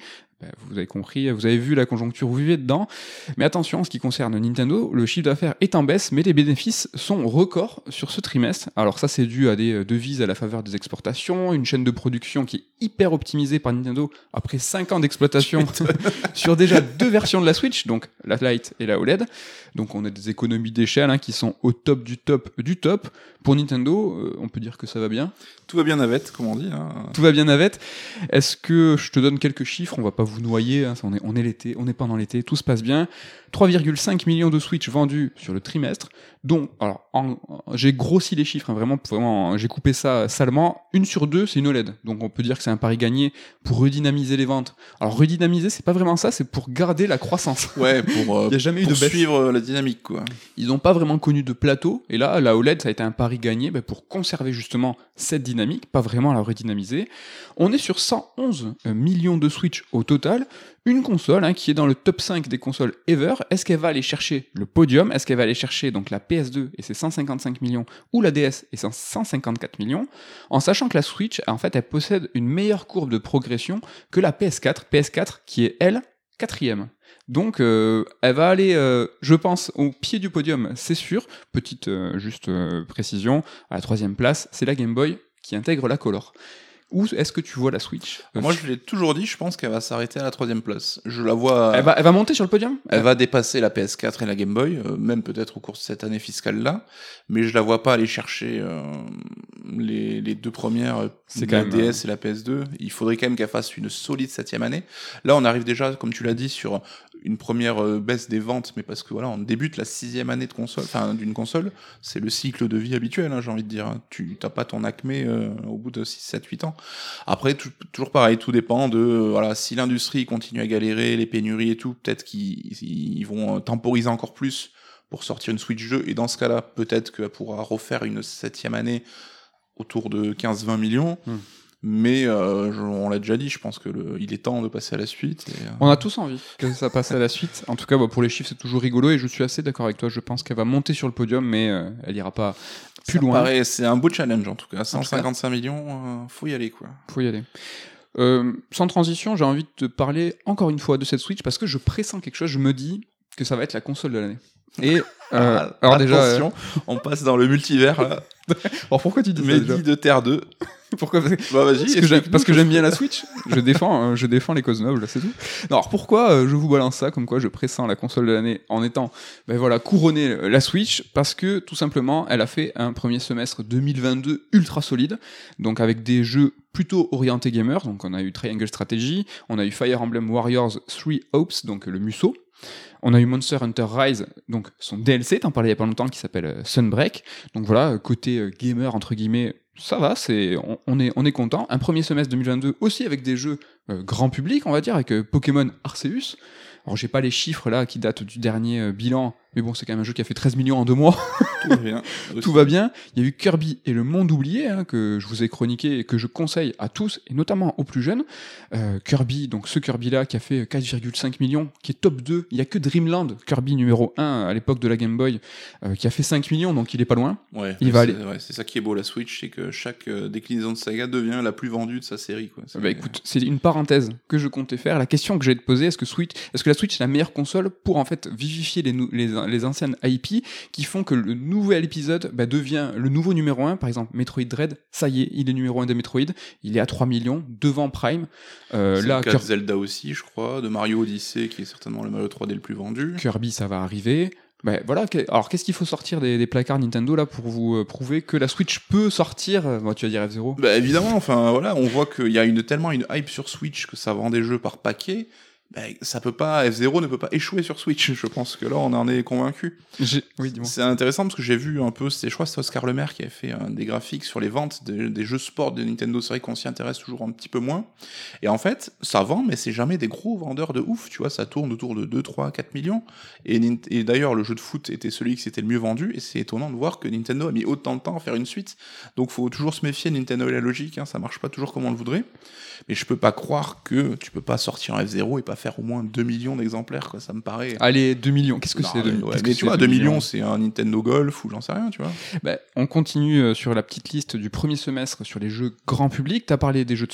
ben, vous avez compris, vous avez vu la conjoncture, vous vivez dedans. Mais attention, en ce qui concerne Nintendo, le chiffre d'affaires est en baisse, mais les bénéfices sont records sur ce trimestre. Alors ça, c'est dû à des devises à la faveur des exportations, une chaîne de production qui est hyper optimisée par Nintendo après cinq ans d'exploitation sur déjà deux versions de la Switch, donc la Lite et la O L E D. Donc on a des économies d'échelle hein, qui sont au top du top du top. Pour Nintendo, euh, on peut dire que ça va bien. Tout va bien navette, comme on dit. Hein. Tout va bien navette. Est-ce que je te donne quelques chiffres? On va pas vous noyer, hein, on est, on est l'été, on est pendant l'été, tout se passe bien. trois virgule cinq millions de Switch vendus sur le trimestre, dont, alors, en, en, j'ai grossi les chiffres, hein, vraiment, vraiment, j'ai coupé ça salement. Une sur deux, c'est une O L E D. Donc on peut dire que c'est un pari gagné pour redynamiser les ventes. Alors redynamiser, c'est pas vraiment ça, c'est pour garder la croissance. Ouais, pour, euh, Il y a jamais eu de suivre la dynamique, quoi. Ils n'ont pas vraiment connu de plateau, et là, la O L E D, ça a été un pari gagné ben, pour conserver justement cette dynamique, pas vraiment la redynamiser. On est sur cent onze millions de Switch au total, une console hein, qui est dans le top cinq des consoles ever. Est-ce qu'elle va aller chercher le podium? Est-ce qu'elle va aller chercher donc la P S deux et ses cent cinquante-cinq millions, ou la D S et ses cent cinquante-quatre millions, en sachant que la Switch, en fait, elle possède une meilleure courbe de progression que la P S quatre, P S quatre qui est, elle, quatrième. Donc, euh, elle va aller, euh, je pense, au pied du podium, c'est sûr. Petite, euh, juste euh, précision, à la troisième place, c'est la Game Boy qui intègre la Color. Où est-ce que tu vois la Switch? Moi, je l'ai toujours dit, je pense qu'elle va s'arrêter à la troisième place. Je la vois... Elle va, elle va monter sur le podium? Elle va dépasser la P S quatre et la Game Boy, euh, même peut-être au cours de cette année fiscale-là, mais je la vois pas aller chercher euh, les, les deux premières, c'est la quand même, D S et la P S deux. Il faudrait quand même qu'elle fasse une solide septième année. Là, on arrive déjà, comme tu l'as dit, sur une première euh, baisse des ventes, mais parce que voilà, on débute la sixième année de console, enfin d'une console, c'est le cycle de vie habituel, hein, j'ai envie de dire. Hein. Tu t'as pas ton acmé euh, au bout de six, sept, huit ans. Après, tout, toujours pareil, tout dépend de euh, voilà, si l'industrie continue à galérer, les pénuries et tout, peut-être qu'ils ils vont temporiser encore plus pour sortir une Switch deux, et dans ce cas-là, peut-être qu'elle pourra refaire une septième année autour de quinze vingt millions. Hmm. Mais euh, je, on l'a déjà dit, je pense que le, il est temps de passer à la suite. Et, euh... On a tous envie que ça passe à la suite. En tout cas, bah, pour les chiffres, c'est toujours rigolo et je suis assez d'accord avec toi. Je pense qu'elle va monter sur le podium, mais euh, elle ira pas plus ça loin. Paraît, c'est un beau challenge en tout cas. cent cinquante-cinq millions, euh, faut y aller quoi. Faut y aller. Euh, sans transition, j'ai envie de te parler encore une fois de cette Switch parce que je pressens quelque chose. Je me dis que ça va être la console de l'année. Et euh, ah, alors attention, déjà, euh... on passe dans le multivers là. Alors pourquoi tu dis ça Mehdi de Terre deux. Pourquoi? Parce que, bah, vas-y, parce que, j'aime, parce que j'aime bien la Switch. Je défends, euh, je défends les causes nobles, c'est tout. Non, alors pourquoi euh, je vous balance ça, comme quoi je pressens la console de l'année en étant, ben voilà, couronner la Switch, parce que tout simplement, elle a fait un premier semestre deux mille vingt-deux ultra solide, donc avec des jeux plutôt orientés gamers. Donc on a eu Triangle Strategy, on a eu Fire Emblem Warriors Three Hopes, donc le Musso. On a eu Monster Hunter Rise, donc son D L C, t'en parlais il y a pas longtemps, qui s'appelle euh, Sunbreak. Donc voilà, côté euh, gamer, entre guillemets, ça va, c'est, on, on est, on est content. Un premier semestre deux mille vingt-deux aussi avec des jeux euh, grand public, on va dire, avec euh, Pokémon Arceus. Alors j'ai pas les chiffres là qui datent du dernier euh, bilan, mais bon, c'est quand même un jeu qui a fait treize millions en deux mois. Tout va bien. Tout va bien. Il y a eu Kirby et le monde oublié, hein, que je vous ai chroniqué et que je conseille à tous, et notamment aux plus jeunes. Euh, Kirby, donc ce Kirby-là qui a fait quatre virgule cinq millions, qui est top deux. Il y a que Dreamland, Kirby numéro un à l'époque de la Game Boy, euh, qui a fait cinq millions, donc il est pas loin. Ouais, il va c'est, aller. Ouais, c'est ça qui est beau, la Switch, c'est que chaque euh, déclinaison de saga devient la plus vendue de sa série, quoi. Bah écoute, c'est une parenthèse que je comptais faire. La question que j'ai de poser, est-ce que Switch, est-ce que la Switch est la meilleure console pour en fait vivifier les, nou- les, les anciennes I P qui font que le nouvel épisode bah, devient le nouveau numéro un. Par exemple, Metroid Dread, ça y est, il est numéro un de Metroid, il est à trois millions, devant Prime. Euh, c'est là, le cas Cur- de Zelda aussi, je crois, de Mario Odyssey, qui est certainement le Mario trois D le plus vendu. Kirby, ça va arriver. Ben voilà, alors qu'est-ce qu'il faut sortir des, des placards Nintendo là pour vous euh, prouver que la Switch peut sortir? Bon, tu vas dire F zéro. Bah évidemment, enfin voilà, on voit qu'il y a une, tellement une hype sur Switch que ça vend des jeux par paquet. Ben, ça peut pas, F zéro ne peut pas échouer sur Switch. Je pense que là, on en est convaincu. J'ai... Oui, dis-moi. C'est intéressant parce que j'ai vu un peu, c'est, je crois que c'est Oscar Lemaire qui avait fait un, des graphiques sur les ventes des, des jeux sport de Nintendo. C'est vrai qu'on s'y intéresse toujours un petit peu moins. Et en fait, ça vend, mais c'est jamais des gros vendeurs de ouf. Tu vois, ça tourne autour de deux, trois, quatre millions. Et, et d'ailleurs, le jeu de foot était celui qui s'était le mieux vendu. Et c'est étonnant de voir que Nintendo a mis autant de temps à faire une suite. Donc, faut toujours se méfier de Nintendo et la logique. Hein, ça marche pas toujours comme on le voudrait. Mais je peux pas croire que tu peux pas sortir un F zéro et pas faire au moins deux millions d'exemplaires, quoi. Ça me paraît. Allez, deux millions. Qu'est-ce que non, c'est mais, deux... ouais, Qu'est-ce mais que tu c'est vois, deux millions, c'est un Nintendo Golf ou j'en sais rien, tu vois. Bah, on continue sur la petite liste du premier semestre sur les jeux grand public. T'as parlé des jeux de sport.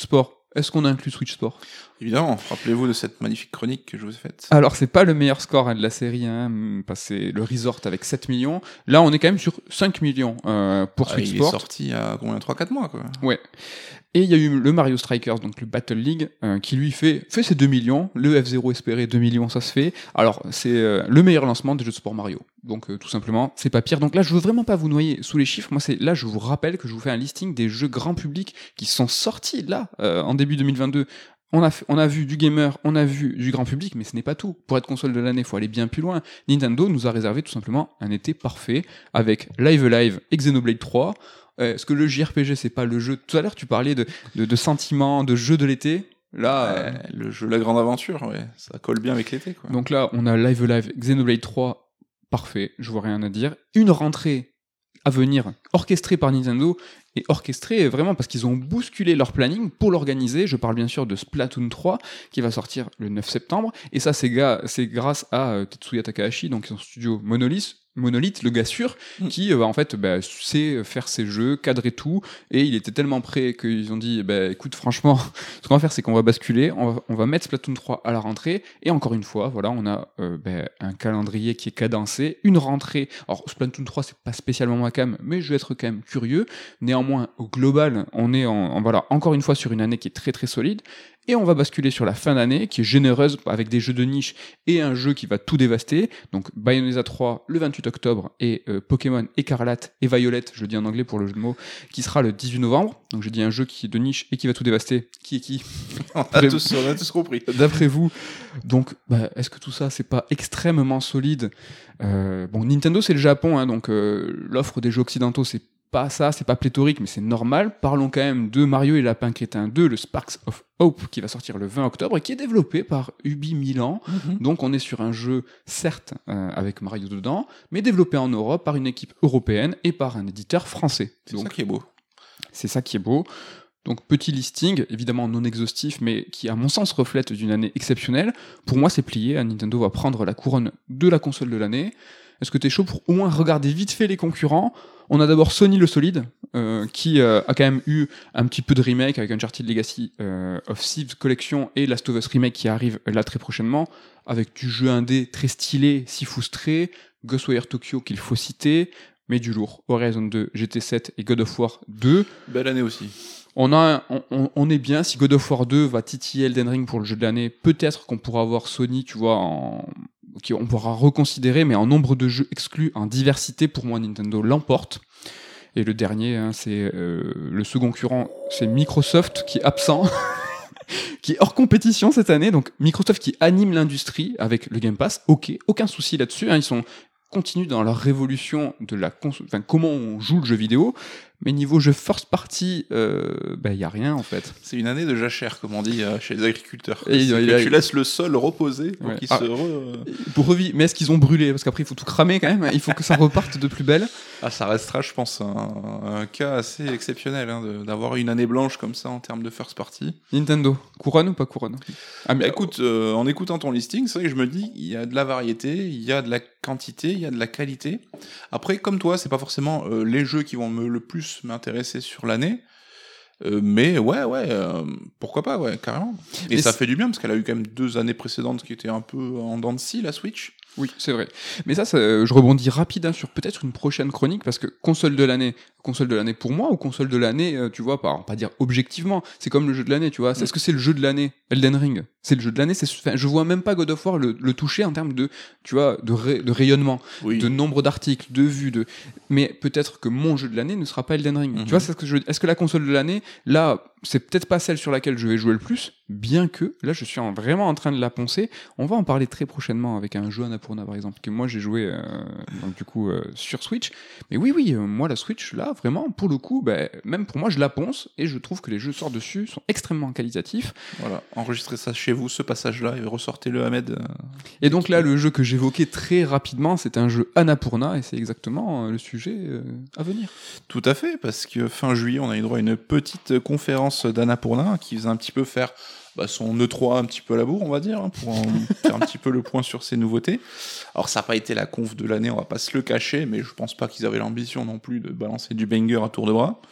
Est-ce qu'on inclut Switch Sport ? Évidemment, rappelez-vous de cette magnifique chronique que je vous ai faite. Alors, c'est pas le meilleur score hein, de la série, hein, parce que c'est le Resort avec sept millions. Là, on est quand même sur cinq millions euh, pour Ah, Switch il Sport. est sorti il y a combien, trois quatre mois, quoi. Ouais. Et il y a eu le Mario Strikers, donc le Battle League, euh, qui lui fait, fait ses deux millions. Le F zéro espéré, deux millions, ça se fait. Alors, c'est euh, le meilleur lancement des jeux de sport Mario. Donc, euh, tout simplement, c'est pas pire. Donc là, je veux vraiment pas vous noyer sous les chiffres. Moi, c'est là, je vous rappelle que je vous fais un listing des jeux grand public qui sont sortis là, euh, en début deux mille vingt-deux. On a, fait, on a vu du gamer, on a vu du grand public, mais ce n'est pas tout. Pour être console de l'année, il faut aller bien plus loin. Nintendo nous a réservé tout simplement un été parfait avec Live Alive et Xenoblade trois. Euh, Est-ce que le J R P G, c'est pas le jeu... Tout à l'heure, tu parlais de, de, de sentiments, de jeux de l'été. Là, euh... le jeu La Grande Aventure, ouais, ça colle bien avec l'été, quoi. Donc là, on a Live Alive, Xenoblade trois, parfait, je vois rien à dire. Une rentrée à venir, orchestrée par Nintendo, et orchestrée vraiment parce qu'ils ont bousculé leur planning pour l'organiser. Je parle bien sûr de Splatoon trois, qui va sortir le neuf septembre, et ça, c'est, ga- c'est grâce à euh, Tetsuya Takahashi, donc son studio Monolith, Monolith, le gars sûr, mm. qui euh, en fait bah, sait faire ses jeux, cadrer tout, et il était tellement prêt qu'ils ont dit bah, écoute franchement, ce qu'on va faire c'est qu'on va basculer, on va, on va mettre Splatoon trois à la rentrée, et encore une fois, voilà, on a euh, bah, un calendrier qui est cadencé, une rentrée, alors Splatoon trois c'est pas spécialement ma cam, mais je vais être quand même curieux, néanmoins au global, on est en, en, voilà, encore une fois sur une année qui est très très solide, et on va basculer sur la fin d'année, qui est généreuse, avec des jeux de niche et un jeu qui va tout dévaster. Donc Bayonetta trois le vingt-huit octobre, et euh, Pokémon Écarlate et Violette, je le dis en anglais pour le jeu de mots, qui sera le dix-huit novembre. Donc j'ai dit un jeu qui est de niche et qui va tout dévaster. Qui est qui on, a tous, on a tous compris. D'après vous. Donc bah, est-ce que tout ça, c'est pas extrêmement solide ? euh, Bon, Nintendo, c'est le Japon, hein, donc euh, l'offre des jeux occidentaux, c'est pas ça, c'est pas pléthorique, mais c'est normal. Parlons quand même de Mario et Lapin Crétin deux, le Sparks of Hope, qui va sortir le vingt octobre et qui est développé par Ubi Milan. Mm-hmm. Donc on est sur un jeu, certes, euh, avec Mario dedans, mais développé en Europe par une équipe européenne et par un éditeur français. C'est Donc, ça qui est beau. C'est ça qui est beau. Donc petit listing, évidemment non exhaustif, mais qui à mon sens reflète d'une année exceptionnelle. Pour moi c'est plié, Nintendo va prendre la couronne de la console de l'année. Est-ce que t'es chaud pour au moins regarder vite fait les concurrents ? On a d'abord Sony le solide, euh, qui euh, a quand même eu un petit peu de remake avec Uncharted Legacy euh, of Thieves Collection et Last of Us Remake qui arrive là très prochainement, avec du jeu indé très stylé, Sifu Stray, Ghostwire Tokyo qu'il faut citer, mais du lourd, Horizon deux, G T sept et God of War deux. Belle année aussi. On, a, on, on, on est bien, si God of War deux va titiller Elden Ring pour le jeu de l'année, peut-être qu'on pourra avoir Sony, tu vois, en... on pourra reconsidérer, mais en nombre de jeux exclus, en diversité, pour moi, Nintendo l'emporte. Et le dernier, hein, c'est euh, le second concurrent, c'est Microsoft qui est absent, qui est hors compétition cette année. Donc Microsoft qui anime l'industrie avec le Game Pass, ok, aucun souci là-dessus. Hein, ils sont continuent dans leur révolution de la console, enfin comment on joue le jeu vidéo. Mais niveau jeu first party, il euh, bah, y a rien en fait. C'est une année de jachère, comme on dit euh, chez les agriculteurs. Et il, que il, tu laisses le sol reposer pour ouais. qu'il ah, se re... pour revivre. Mais est-ce qu'ils ont brûlé ? Parce qu'après il faut tout cramer quand même. Il faut que ça reparte de plus belle. Ah, ça restera, je pense, un, un cas assez exceptionnel hein, de, d'avoir une année blanche comme ça en termes de first party. Nintendo, couronne ou pas couronne ? Ah mais écoute, euh, en écoutant ton listing, c'est vrai que je me dis, il y a de la variété, il y a de la quantité, il y a de la qualité. Après, comme toi, c'est pas forcément euh, les jeux qui vont me, le plus m'intéresser sur l'année, euh, mais ouais, ouais, euh, pourquoi pas, ouais, carrément. Et mais ça c'est... fait du bien, parce qu'elle a eu quand même deux années précédentes qui étaient un peu en dents de scie, la Switch. Oui, c'est vrai. Mais ça, ça je rebondis rapide hein, sur peut-être une prochaine chronique, parce que console de l'année, console de l'année pour moi, ou console de l'année, euh, tu vois, pas, pas dire objectivement, c'est comme le jeu de l'année, tu vois. Mm. Est-ce que c'est le jeu de l'année, Elden Ring ? C'est le jeu de l'année, c'est, enfin, je vois même pas God of War le, le toucher en termes de, tu vois, de, ré, de rayonnement, oui. de nombre d'articles, de vues, de... mais peut-être que mon jeu de l'année ne sera pas Elden Ring. Mm-hmm. Tu vois, c'est ce que je... est-ce que la console de l'année, là, c'est peut-être pas celle sur laquelle je vais jouer le plus, bien que, là, je suis en, vraiment en train de la poncer. On va en parler très prochainement avec un jeu Annapurna, par exemple, que moi j'ai joué, euh, donc du coup, euh, sur Switch. Mais oui, oui, euh, moi, la Switch, là, vraiment, pour le coup, bah, même pour moi, je la ponce, et je trouve que les jeux sortent dessus sont extrêmement qualitatifs. Voilà, enregistrez ça chez vous, ce passage-là, et ressortez-le, Ahmed. Euh, et donc là, le jeu que j'évoquais très rapidement, c'est un jeu Annapurna, et c'est exactement euh, le sujet euh, à venir. Tout à fait, parce que fin juillet, on a eu droit à une petite conférence d'Annapurna qui faisait un petit peu faire bah, son E trois un petit peu à la bourre, on va dire, hein, pour en faire un petit peu le point sur ses nouveautés. Alors ça n'a pas été la conf de l'année, on va pas se le cacher, mais je pense pas qu'ils avaient l'ambition non plus de balancer du banger à tour de bras.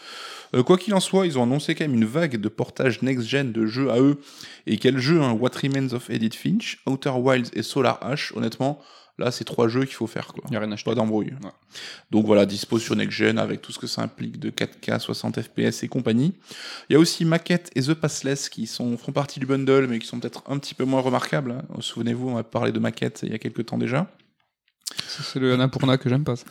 Euh, quoi qu'il en soit, ils ont annoncé quand même une vague de portage next-gen de jeux à eux. Et quels jeux, hein, What Remains of Edith Finch, Outer Wilds et Solar Ash, honnêtement, là, c'est trois jeux qu'il faut faire, quoi. Y a rien à acheter. Pas d'embrouille. Ouais. Donc voilà, dispo sur next-gen avec tout ce que ça implique de quatre K, soixante F P S et compagnie. Il y a aussi Maquette et The Passless qui sont, font partie du bundle, mais qui sont peut-être un petit peu moins remarquables. Hein. Souvenez-vous, on a parlé de Maquette il y a quelques temps déjà. Ça, c'est le Annapurna que j'aime pas. Ça.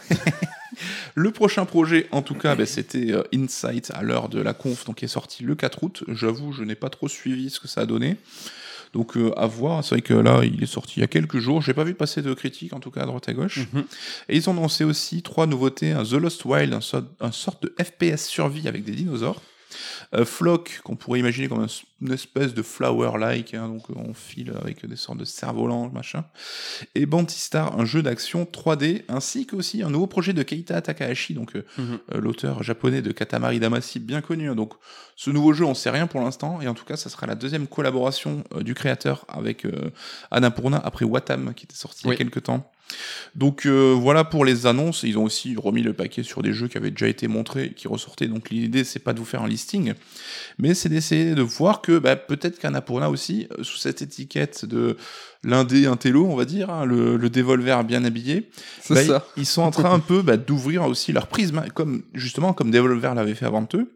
Le prochain projet, en tout cas, bah, c'était euh, Insight à l'heure de la conf, donc qui est sorti le quatre août. J'avoue, je n'ai pas trop suivi ce que ça a donné. Donc euh, à voir, c'est vrai que là, il est sorti il y a quelques jours. J'ai pas vu passer de critiques, en tout cas à droite à gauche. Mm-hmm. Et ils ont annoncé aussi trois nouveautés, un The Lost Wild, un, so- un sorte de F P S survie avec des dinosaures. Euh, Flock, qu'on pourrait imaginer comme un, une espèce de flower-like, hein, donc on file avec des sortes de cerfs-volants, machin. Et Bantistar, un jeu d'action trois D, ainsi qu'aussi un nouveau projet de Keita Takahashi, donc euh, mm-hmm. euh, l'auteur japonais de Katamari Damacy, bien connu. Hein, donc ce nouveau jeu, on sait rien pour l'instant, et en tout cas, ça sera la deuxième collaboration euh, du créateur avec euh, Annapurna après Watam, qui était sorti oui. il y a quelques temps. Donc euh, voilà pour les annonces. Ils ont aussi remis le paquet sur des jeux qui avaient déjà été montrés et qui ressortaient. Donc l'idée c'est pas de vous faire un listing, mais c'est d'essayer de voir que bah, peut-être qu'Annapurna aussi, sous cette étiquette de l'indé intello, on va dire, hein, le, le Devolver bien habillé, bah, ils, ils sont en train un peu bah, d'ouvrir aussi leur prisme, comme justement comme Devolver l'avait fait avant eux.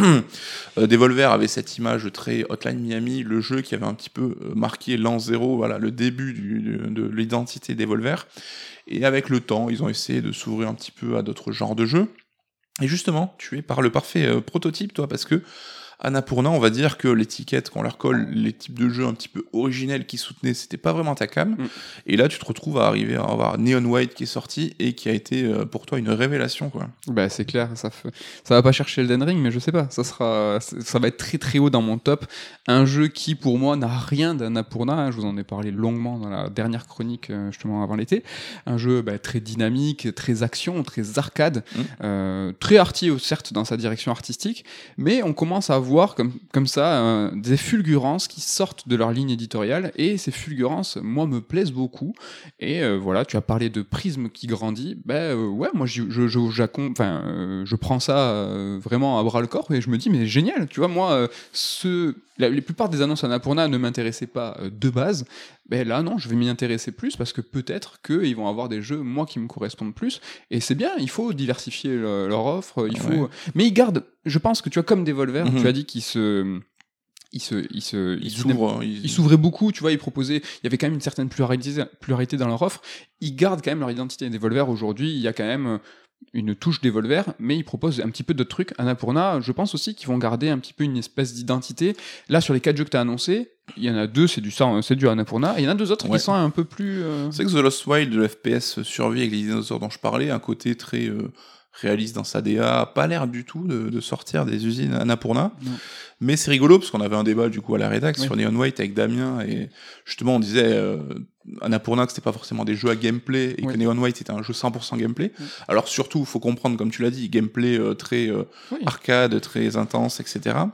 euh, Devolver avait cette image très Hotline Miami, le jeu qui avait un petit peu marqué l'an zéro, voilà, le début du, de, de l'identité Devolver. Et avec le temps, ils ont essayé de s'ouvrir un petit peu à d'autres genres de jeux. Et justement, tu es par le parfait euh, prototype, toi, parce que Annapurna, on va dire que l'étiquette qu'on leur colle, les types de jeux un petit peu originels qu'ils soutenaient, c'était pas vraiment ta cam. Mm. Et là, tu te retrouves à arriver à avoir Neon White qui est sorti et qui a été euh, pour toi une révélation, quoi. Bah c'est clair, ça fait... ça va pas chercher Elden Ring, mais je sais pas, ça sera, ça va être très très haut dans mon top. Un jeu qui pour moi n'a rien d'Annapurna, hein, je vous en ai parlé longuement dans la dernière chronique justement avant l'été. Un jeu bah, très dynamique, très action, très arcade, mm. euh, très arty certes dans sa direction artistique, mais on commence à voir comme, comme ça euh, des fulgurances qui sortent de leur ligne éditoriale, et ces fulgurances, moi, me plaisent beaucoup. Et euh, voilà, tu as parlé de prisme qui grandit, ben euh, ouais, moi, je, je, je, enfin, euh, je prends ça euh, vraiment à bras le corps, et je me dis, mais génial, tu vois, moi, euh, ce... La, la plupart des annonces Annapurna ne m'intéressaient pas euh, de base, ben là non, je vais m'y intéresser plus parce que peut-être qu'ils vont avoir des jeux, moi, qui me correspondent plus, et c'est bien, il faut diversifier le, leur offre, il faut... Ouais. Mais ils gardent, je pense que tu vois, comme Devolver, mm-hmm. tu as dit qu'ils se... il se il se il, il s'ouvre il, il s'ouvrait beaucoup, tu vois, ils proposaient, il y avait quand même une certaine pluralité pluralité dans leur offre. Ils gardent quand même leur identité. Devolver aujourd'hui, il y a quand même une touche Devolver, mais ils proposent un petit peu d'autres trucs. Annapurna, je pense aussi qu'ils vont garder un petit peu une espèce d'identité. Là, sur les quatre jeux que tu as annoncés, il y en a deux, c'est du ça, c'est du Annapurna, et il y en a deux autres ouais. qui sont un peu plus euh... c'est que The Lost Wild, le F P S survie avec les dinosaures dont je parlais, un côté très euh... réaliste dans sa D A, pas l'air du tout de, de sortir des usines Annapurna. Non. Mais c'est rigolo parce qu'on avait un débat du coup à la rédac oui. sur Neon White avec Damien, et justement on disait euh, Annapurna que c'était pas forcément des jeux à gameplay et oui. que Neon White était un jeu cent pour cent gameplay. Oui. Alors surtout, faut comprendre, comme tu l'as dit, gameplay euh, très euh, oui. arcade, très intense, et cetera.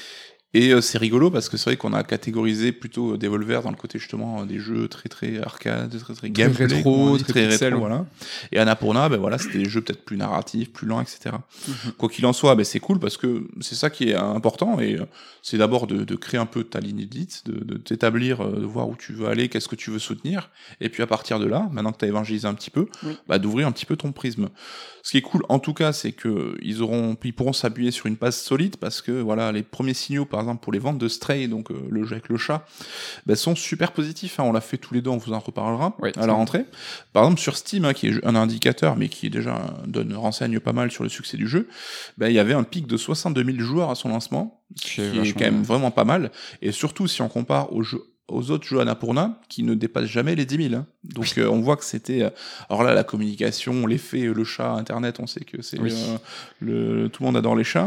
Et euh, c'est rigolo parce que c'est vrai qu'on a catégorisé plutôt Devolver dans le côté justement des jeux très très arcade, très très gameplay, très rétro, dit, très, très pixel, rétro, voilà. Et Annapurna, ben voilà, c'était des jeux peut-être plus narratifs, plus lents, et cetera. Mm-hmm. Quoi qu'il en soit, ben c'est cool parce que c'est ça qui est important, et euh, c'est d'abord de, de créer un peu ta ligne édite, de, de t'établir, euh, de voir où tu veux aller, qu'est-ce que tu veux soutenir, et puis à partir de là, maintenant que t'as évangélisé un petit peu, oui. bah d'ouvrir un petit peu ton prisme. Ce qui est cool, en tout cas, c'est que ils auront, ils pourront s'appuyer sur une base solide parce que voilà, les premiers signaux, par exemple pour les ventes de Stray, donc euh, le jeu avec le chat, bah, sont super positifs. Hein. On l'a fait tous les deux, on vous en reparlera ouais, à la rentrée. Par exemple sur Steam, hein, qui est un indicateur, mais qui déjà donne renseigne pas mal sur le succès du jeu. Bah, il y avait un pic de soixante-deux mille joueurs à son lancement, ce qui est quand même vraiment pas mal. Et surtout si on compare aux jeux aux autres jeux Annapurna qui ne dépassent jamais les dix mille. Hein. Donc oui. euh, on voit que c'était... Euh... Alors là, la communication, l'effet, le chat, Internet, on sait que c'est... Oui. Euh, le... Tout le monde adore les chats.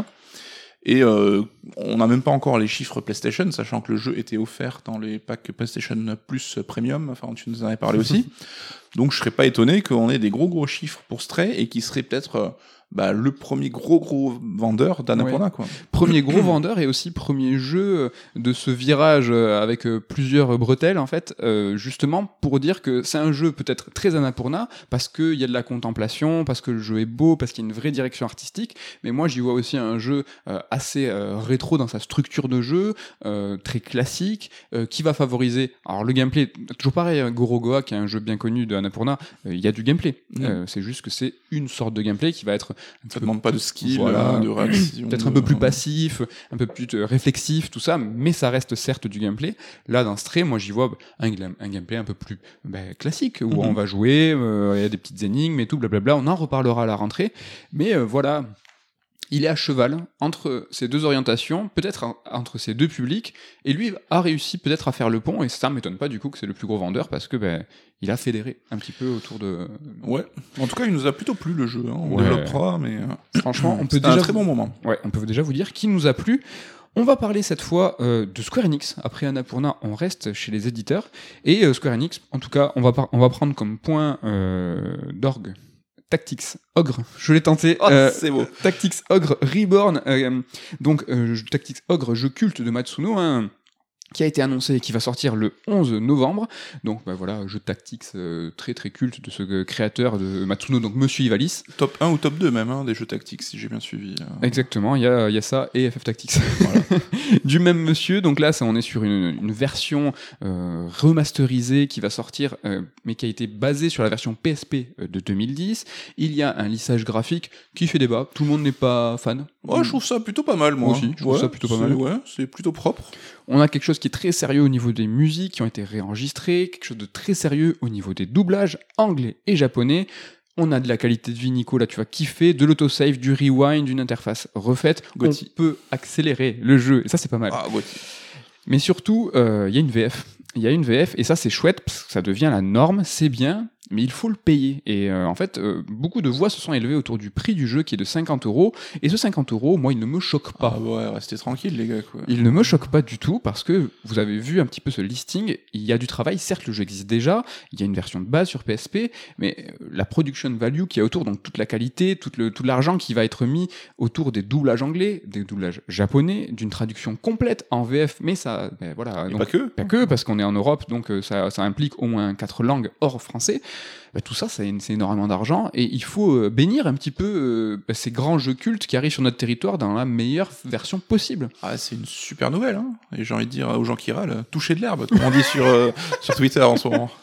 Et euh, on n'a même pas encore les chiffres PlayStation, sachant que le jeu était offert dans les packs PlayStation Plus Premium, enfin tu nous en avais parlé aussi. Donc je serais pas étonné qu'on ait des gros gros chiffres pour Stray et qui serait peut-être euh, bah, le premier gros gros vendeur d'Annapurna, ouais. quoi. Premier gros vendeur et aussi premier jeu de ce virage avec plusieurs bretelles, en fait, euh, justement pour dire que c'est un jeu peut-être très Annapurna, parce qu'il y a de la contemplation, parce que le jeu est beau, parce qu'il y a une vraie direction artistique, mais moi j'y vois aussi un jeu euh, assez euh, rétro dans sa structure de jeu, euh, très classique, euh, qui va favoriser, alors le gameplay, toujours pareil, hein, Gorogoa, qui est un jeu bien connu de Annapurna, il euh, y a du gameplay, mmh. euh, c'est juste que c'est une sorte de gameplay qui va être ça demande pas de skill, voilà, de réaction. Peut-être de... un peu plus passif, un peu plus réflexif, tout ça, mais ça reste certes du gameplay. Là, dans Stray, moi j'y vois un, un gameplay un peu plus ben, classique, où mm-hmm. on va jouer, il euh, y a des petites énigmes et tout, blablabla. On en reparlera à la rentrée. Mais euh, voilà, il est à cheval entre ces deux orientations, peut-être en, entre ces deux publics, et lui a réussi peut-être à faire le pont, et ça m'étonne pas du coup que c'est le plus gros vendeur, parce que ben, il a fédéré un petit peu autour de... Ouais, en tout cas il nous a plutôt plu le jeu, hein. On ouais. développera, mais... Franchement, on peut C'était déjà... un très bon moment. Ouais, on peut déjà vous dire qu'il nous a plu. On va parler cette fois euh, de Square Enix. Après Annapurna, on reste chez les éditeurs, et euh, Square Enix, en tout cas, on va, par... on va prendre comme point euh, d'orgue Tactics Ogre, je l'ai tenté. Oh, euh, c'est beau. Tactics Ogre Reborn, euh, donc euh, Tactics Ogre, jeu culte de Matsuno, hein, qui a été annoncé et qui va sortir le onze novembre. Donc bah voilà, jeu de tactics euh, très très culte de ce euh, créateur de Matsuno, donc Monsieur Ivalice. Top un ou top deux même, hein, des jeux tactics, si j'ai bien suivi. Euh... Exactement, il y a, y a ça et F F Tactics. Voilà. Du même monsieur, donc là ça, on est sur une, une version euh, remasterisée qui va sortir, euh, mais qui a été basée sur la version P S P de deux mille dix. Il y a un lissage graphique qui fait débat, tout le monde n'est pas fan. Ouais, je trouve ça plutôt pas mal, moi. Moi aussi, je trouve ouais, ça plutôt pas mal. Ouais, c'est plutôt propre. On a quelque chose qui est très sérieux au niveau des musiques qui ont été réenregistrées, quelque chose de très sérieux au niveau des doublages anglais et japonais. On a de la qualité de vie, Nico, là tu vas kiffer, de l'autosave, du rewind, d'une interface refaite. Gauthier. On peut accélérer le jeu, et ça c'est pas mal. Ah, Gauthier. Mais surtout, il euh, y a une V F. Il y a une V F, et ça c'est chouette, parce que ça devient la norme, c'est bien, mais il faut le payer. Et euh, en fait, euh, beaucoup de voix se sont élevées autour du prix du jeu qui est de cinquante euros. Et ce cinquante euros, moi, il ne me choque pas. Ah ouais, restez tranquille, les gars, quoi. Il ne me choque pas du tout parce que vous avez vu un petit peu ce listing. Il y a du travail. Certes, le jeu existe déjà. Il y a une version de base sur P S P, mais la production value qui est autour, donc toute la qualité, tout, le, tout l'argent qui va être mis autour des doublages anglais, des doublages japonais, d'une traduction complète en V F. Mais ça, ben voilà. Et donc, pas que. Pas que, parce qu'on est en Europe, donc ça, ça implique au moins quatre langues hors français. Bah, tout ça, c'est, c'est énormément d'argent et il faut euh, bénir un petit peu euh, bah, ces grands jeux cultes qui arrivent sur notre territoire dans la meilleure version possible. Ah, c'est une super nouvelle, hein. Et j'ai envie de dire aux gens qui râlent, touchez de l'herbe, comme on dit sur, euh, sur Twitter en ce moment.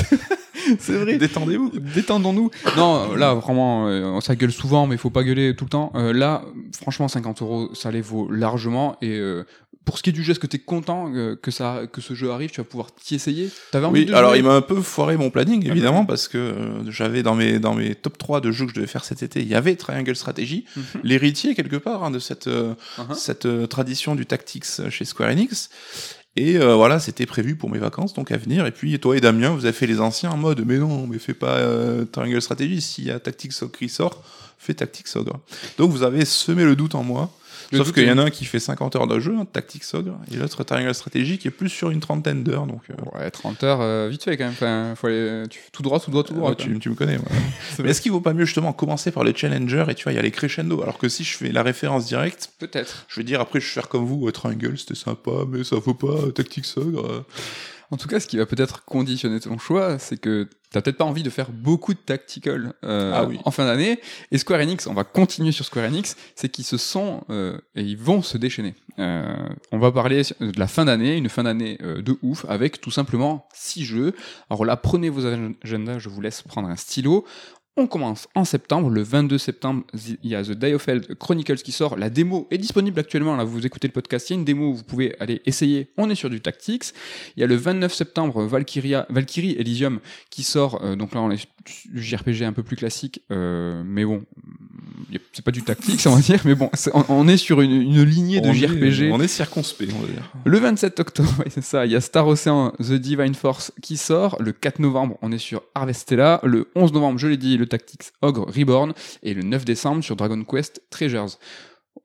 C'est vrai. Détendez-vous. Détendons-nous. Non, là, vraiment, euh, on s'agueule souvent, mais il faut pas gueuler tout le temps. Euh, là, franchement, cinquante euros, ça les vaut largement. Et euh, pour ce qui est du jeu, est-ce que t'es content euh, que, ça, que ce jeu arrive? Tu vas pouvoir t'y essayer? T'avais envie oui, de alors jouer? Il m'a un peu foiré mon planning, évidemment, okay. parce que euh, j'avais dans mes, dans mes top trois de jeux que je devais faire cet été, il y avait Triangle Strategy, mm-hmm. l'héritier, quelque part, hein, de cette, euh, uh-huh. cette euh, tradition du tactics chez Square Enix. Et euh, voilà, c'était prévu pour mes vacances, donc à venir. Et puis toi et Damien, vous avez fait les anciens en mode, mais non, mais fais pas euh, Triangle Strategy. S'il y a Tactics Ogre qui sort, fais Tactics Ogre. Donc vous avez semé le doute en moi. Le Sauf qu'il y en a un qui fait cinquante heures de jeu, hein, Tactics Ogre, et l'autre Triangle Strategy qui est plus sur une trentaine d'heures. Donc, euh... ouais, trente heures, euh, vite fait quand même. Enfin, faut aller tu, tout droit, tout droit, tout droit. Euh, tu, tu me connais. Ouais. Mais est-ce qu'il vaut pas mieux justement commencer par le Challenger et tu vois, il y a les crescendo? Alors que si je fais la référence directe, peut-être. Je vais dire après, je vais faire comme vous, Triangle, c'était sympa, mais ça vaut pas Tactics Ogre. En tout cas, ce qui va peut-être conditionner ton choix, c'est que t'as peut-être pas envie de faire beaucoup de tactical euh, ah oui. en fin d'année. Et Square Enix, on va continuer sur Square Enix, c'est qu'ils se sont euh, et ils vont se déchaîner. Euh, on va parler de la fin d'année, une fin d'année euh, de ouf, avec tout simplement six jeux. Alors là, prenez vos agendas, je vous laisse prendre un stylo. On commence en septembre, le vingt-deux septembre, il y a The Diofeld Chronicles qui sort. La démo est disponible actuellement, là vous écoutez le podcast, il y a une démo où vous pouvez aller essayer, on est sur du Tactics. Il y a le vingt-neuf septembre, Valkyria, Valkyrie Elysium qui sort, euh, donc là on est du J R P G un peu plus classique, euh, mais bon, c'est pas du Tactics on va dire, mais bon, c'est, on, on est sur une, une lignée de on J R P G. Est, on est circonspect, on va dire. Le vingt-sept octobre, ouais, c'est ça, il y a Star Ocean The Divine Force qui sort. Le quatre novembre, on est sur Harvestella. Le onze novembre, je l'ai dit, le Tactics Ogre Reborn, et le neuf décembre sur Dragon Quest Treasures.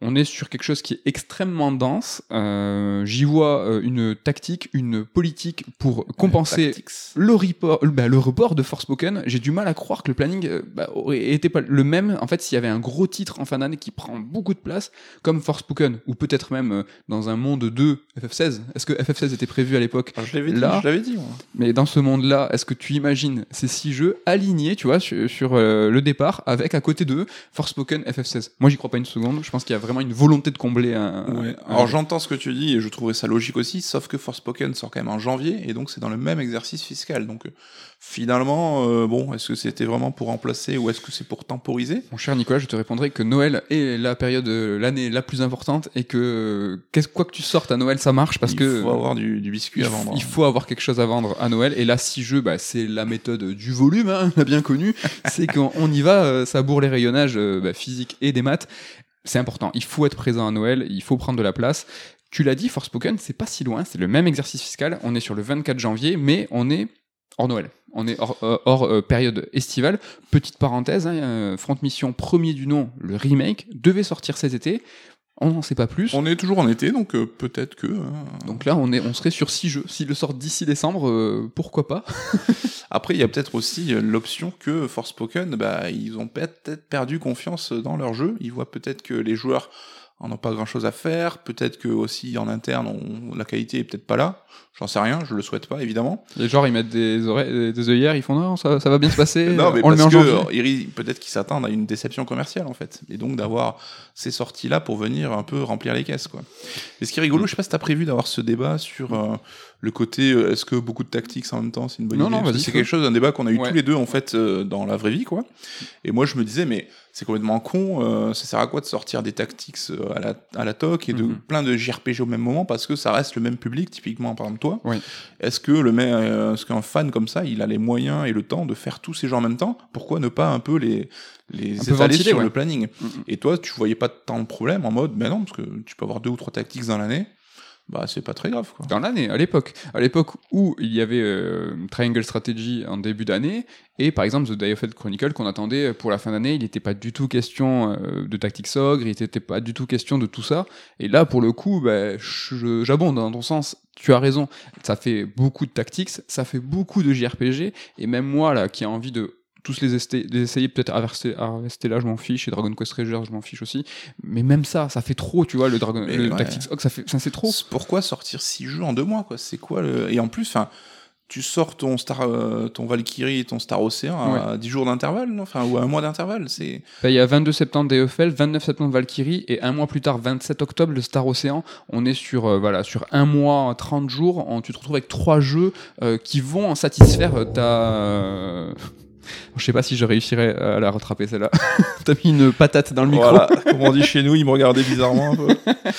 on est sur quelque chose qui est extrêmement dense. Euh, j'y vois euh, une tactique, une politique pour compenser le report, bah, le report de Forspoken. J'ai du mal à croire que le planning euh, bah, aurait été pas le même. En fait, s'il y avait un gros titre en fin d'année qui prend beaucoup de place, comme Forspoken, ou peut-être même euh, dans un monde de F F seize. Est-ce que F F seize était prévu à l'époque? Je l'avais dit, là, je l'avais dit. Moi. Mais dans ce monde-là, est-ce que tu imagines ces six jeux alignés, tu vois, sur, sur euh, le départ, avec à côté d'eux Forspoken, F F seize? Moi, j'y crois pas une seconde. Je pense qu'il y a vraiment une volonté de combler un. Ouais. un... Alors j'entends ce que tu dis et je trouverais ça logique aussi, sauf que Forspoken sort quand même en janvier et donc c'est dans le même exercice fiscal. Donc euh, finalement, euh, bon, est-ce que c'était vraiment pour remplacer ou est-ce que c'est pour temporiser? Mon cher Nicolas, je te répondrai que Noël est la période, euh, l'année la plus importante et que euh, quoi que tu sortes à Noël, ça marche parce il que il faut avoir du, du biscuit il à vendre. F- il faut avoir quelque chose à vendre à Noël. Et là, six jeux, bah, c'est la méthode du volume, hein, la bien connue. C'est qu'on on y va, euh, ça bourre les rayonnages euh, bah, physiques et des maths. C'est important. Il faut être présent à Noël. Il faut prendre de la place. Tu l'as dit, Forspoken, c'est pas si loin. C'est le même exercice fiscal. On est sur le vingt-quatre janvier, mais on est hors Noël. On est hors, euh, hors euh, période estivale. Petite parenthèse, hein, euh, Front Mission premier du nom, le remake, devait sortir cet été. On n'en sait pas plus. On est toujours en été, donc euh, peut-être que... Hein... Donc là, on, est, on serait sur six jeux. S'ils le sortent d'ici décembre, euh, pourquoi pas? Après, il y a peut-être aussi l'option que Forspoken, bah, ils ont peut-être perdu confiance dans leur jeu. Ils voient peut-être que les joueurs en ont pas grand-chose à faire. Peut-être que aussi en interne, on... la qualité est peut-être pas là. J'en sais rien, je le souhaite pas, évidemment. Les joueurs, ils mettent des, oreilles, des œillères, ils font non, ça, ça va bien se passer. Non, mais on parce le met en que janvier. ils, peut-être qu'ils s'attendent à une déception commerciale, en fait. Et donc d'avoir ces sorties-là pour venir un peu remplir les caisses, quoi. Et ce qui est rigolo, je sais pas si t'as prévu d'avoir ce débat sur euh, le côté euh, est-ce que beaucoup de tactiques en même temps, c'est une bonne Non, idée? non, vas-y, c'est faut. quelque chose, un débat qu'on a eu Ouais. tous les deux, en fait, euh, dans la vraie vie, quoi. Et moi, je me disais, mais c'est complètement con, euh, ça sert à quoi de sortir des tactiques euh, à la, à la toc et de Mhm. plein de J R P G au même moment parce que ça reste le même public, typiquement, par exemple, toi. Oui. Est-ce que le mec, euh, est-ce qu'un fan comme ça, il a les moyens et le temps de faire tous ces jeux en même temps? Pourquoi ne pas un peu les, les Un peu étaler ventiler, sur ouais. le planning? Mhm. Et toi, tu voyais pas tant de problème en mode, ben non, parce que tu peux avoir deux ou trois tactiques dans l'année, bah c'est pas très grave, quoi. Dans l'année, à l'époque. À l'époque où il y avait euh, Triangle Strategy en début d'année, et par exemple The Diofield Chronicle qu'on attendait pour la fin d'année, il n'était pas du tout question euh, de Tactics Ogre, il n'était pas du tout question de tout ça. Et là, pour le coup, bah, je- j'abonde dans ton sens. Tu as raison, ça fait beaucoup de tactics, ça fait beaucoup de J R P G, et même moi, là, qui ai envie de tous les, esté- les essayer, peut-être à rester, à rester là, je m'en fiche, et Dragon Quest Rangers, je m'en fiche aussi, mais même ça, ça fait trop, tu vois, le, Dragon, Mais le ouais. Tactics Ogre, ça fait, ça, c'est trop. Pourquoi sortir six jeux en deux mois, quoi? C'est quoi le... Et en plus, enfin, tu sors ton Star, euh, ton Valkyrie et ton Star Ocean à dix jours d'intervalle, non? Enfin, ou à un mois d'intervalle, c'est... Bah, il y a vingt-deux septembre Diofield, vingt-neuf septembre Valkyrie, et un mois plus tard, vingt-sept octobre, le Star Ocean. On est sur, euh, voilà, sur un mois, trente jours, on- tu te retrouves avec trois jeux euh, qui vont satisfaire euh, ta... euh, Je sais pas si je réussirais à la rattraper celle-là. T'as mis une patate dans le micro. Voilà, comme on dit chez nous, il me regardait bizarrement un peu.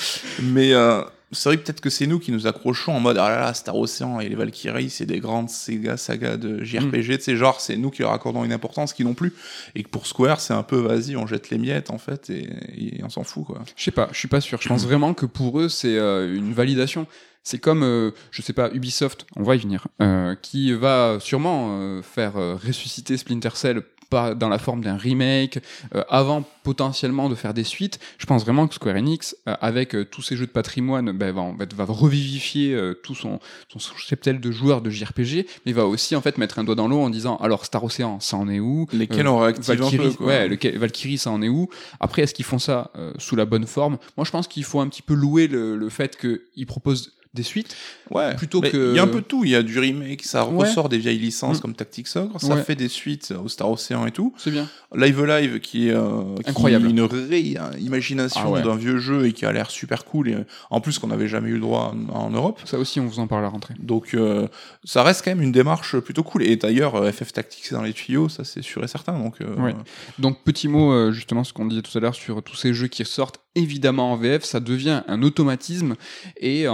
Mais euh, c'est vrai que peut-être que c'est nous qui nous accrochons en mode ah là là, Star Ocean et les Valkyries, c'est des grandes sagas, sagas de J R P G, mm. tu sais, genre c'est nous qui leur accordons une importance qui non plus. Et que pour Square, c'est un peu vas-y, on jette les miettes en fait et, et on s'en fout, quoi. Je sais pas, je suis pas sûr. Je pense vraiment que pour eux, c'est euh, une validation. C'est comme, euh, je sais pas, Ubisoft, on va y venir, euh, qui va sûrement euh, faire euh, ressusciter Splinter Cell pas dans la forme d'un remake, euh, avant potentiellement de faire des suites. Je pense vraiment que Square Enix, euh, avec euh, tous ces jeux de patrimoine, ben, va, en fait, va revivifier euh, tout son, son cheptel de joueurs de J R P G, mais va aussi en fait mettre un doigt dans l'eau en disant alors Star Ocean, ça en est où? Lesquels euh, on réactive Valkyrie, un peu, quoi. Ouais, lequel, Valkyrie, ça en est où? Après, est-ce qu'ils font ça euh, sous la bonne forme? Moi, je pense qu'il faut un petit peu louer le, le fait qu'ils proposent des suites, ouais, plutôt que... Il y a un peu de tout, il y a du remake, ça Ouais. ressort des vieilles licences mmh. comme Tactics Ogre, ça ouais. fait des suites au Star Ocean et tout. C'est bien. Live Alive qui est euh, incroyable, qui une réimagination ah ouais. d'un vieux jeu et qui a l'air super cool, et en plus qu'on n'avait jamais eu le droit en, en Europe. Ça aussi, on vous en parle à la rentrée. Donc euh, ça reste quand même une démarche plutôt cool, et d'ailleurs F F Tactics est dans les tuyaux, ça c'est sûr et certain. Donc, euh... ouais. donc petit mot, justement, ce qu'on disait tout à l'heure sur tous ces jeux qui sortent évidemment en V F, ça devient un automatisme, et en tout cas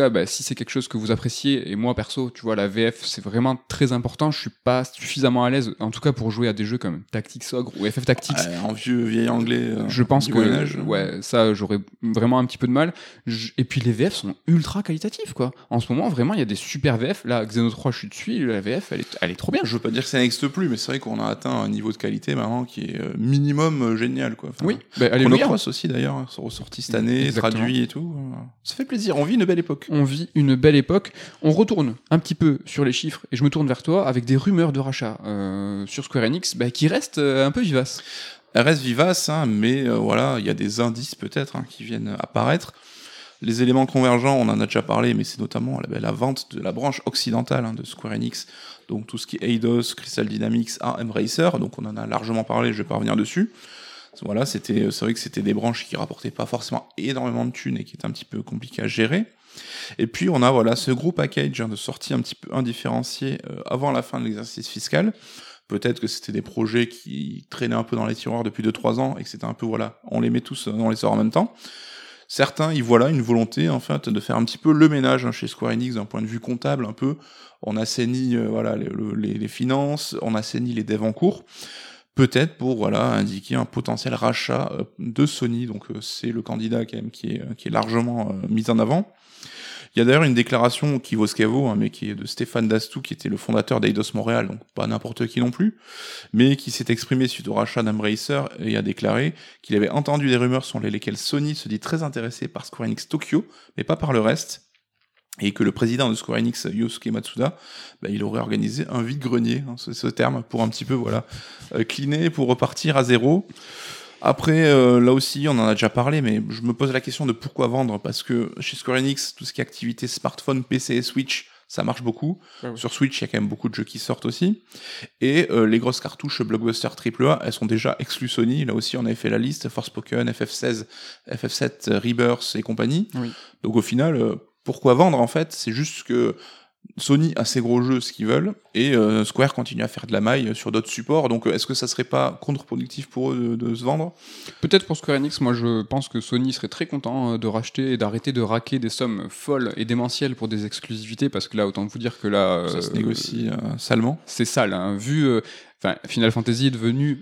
cas, bah, si c'est quelque chose que vous appréciez, et moi perso, tu vois, la V F c'est vraiment très important. Je suis pas suffisamment à l'aise, en tout cas pour jouer à des jeux comme Tactics Ogre ou F F Tactics. Ouais, en vieux vieil anglais. Euh, je pense que Moyen-Âge. ouais, ça j'aurais vraiment un petit peu de mal. Je... Et puis les V F sont ultra qualitatifs, quoi. En ce moment, vraiment, il y a des super V F. Là, Xeno trois, je suis dessus, la V F, elle est, elle est trop bien. Je veux pas dire que ça n'existe plus, mais c'est vrai qu'on a atteint un niveau de qualité maintenant qui est euh, minimum euh, génial, quoi. Enfin, oui, bah, Chrono Cross aussi d'ailleurs, hein, sont ressortis cette année, Exactement. traduits et tout. Ça fait plaisir. On vit une belle époque. On vit une belle époque. On retourne un petit peu sur les chiffres et je me tourne vers toi avec des rumeurs de rachat euh, sur Square Enix bah, qui restent euh, un peu vivaces. Elle reste vivace, hein, mais euh, voilà, il y a des indices peut-être hein, qui viennent apparaître. Les éléments convergents, on en a déjà parlé, mais c'est notamment la, la vente de la branche occidentale hein, de Square Enix, donc tout ce qui est Eidos, Crystal Dynamics, A M Racer, donc on en a largement parlé, je vais pas revenir dessus. Voilà, c'était, c'est vrai que c'était des branches qui rapportaient pas forcément énormément de thunes et qui étaient un petit peu compliquées à gérer. Et puis on a voilà ce gros package hein, de sorties un petit peu indifférenciées euh, avant la fin de l'exercice fiscal. Peut-être que c'était des projets qui traînaient un peu dans les tiroirs depuis deux trois ans et que c'était un peu voilà, on les met tous, on les sort en même temps. Certains y voient là une volonté en fait de faire un petit peu le ménage hein, chez Square Enix d'un point de vue comptable un peu. On assainit euh, voilà les, les, les finances, on assainit les devs en cours. Peut-être pour voilà indiquer un potentiel rachat euh, de Sony, donc euh, c'est le candidat quand même qui est qui est largement euh, mis en avant. Il y a d'ailleurs une déclaration qui vaut ce qu'elle vaut, hein, mais qui est de Stéphane Dastou, qui était le fondateur d'Eidos Montréal, donc pas n'importe qui non plus, mais qui s'est exprimé suite au rachat d'Embracer et a déclaré qu'il avait entendu des rumeurs selon lesquelles Sony se dit très intéressé par Square Enix Tokyo, mais pas par le reste. Et que le président de Square Enix, Yosuke Matsuda, bah, il aurait organisé un vide-grenier, hein, c'est ce terme, pour un petit peu voilà, euh, cleaner, pour repartir à zéro. Après, euh, là aussi, on en a déjà parlé, mais je me pose la question de pourquoi vendre, parce que chez Square Enix, tout ce qui est activité smartphone, P C et Switch, ça marche beaucoup. Ah oui. Sur Switch, il y a quand même beaucoup de jeux qui sortent aussi. Et euh, les grosses cartouches blockbuster triple A, elles sont déjà exclues Sony. Là aussi, on avait fait la liste, Forspoken, F F seize, F F sept, Rebirth et compagnie. Oui. Donc au final... Euh, pourquoi vendre en fait? C'est juste que Sony a ses gros jeux, ce qu'ils veulent, et euh, Square continue à faire de la maille sur d'autres supports, donc est-ce que ça serait pas contre-productif pour eux de, de se vendre? Peut-être pour Square Enix, moi je pense que Sony serait très content de racheter et d'arrêter de raquer des sommes folles et démentielles pour des exclusivités, parce que là, autant vous dire que là... Ça euh, se négocie euh, salement. C'est sale, hein, vu... Euh, Final Fantasy est devenu...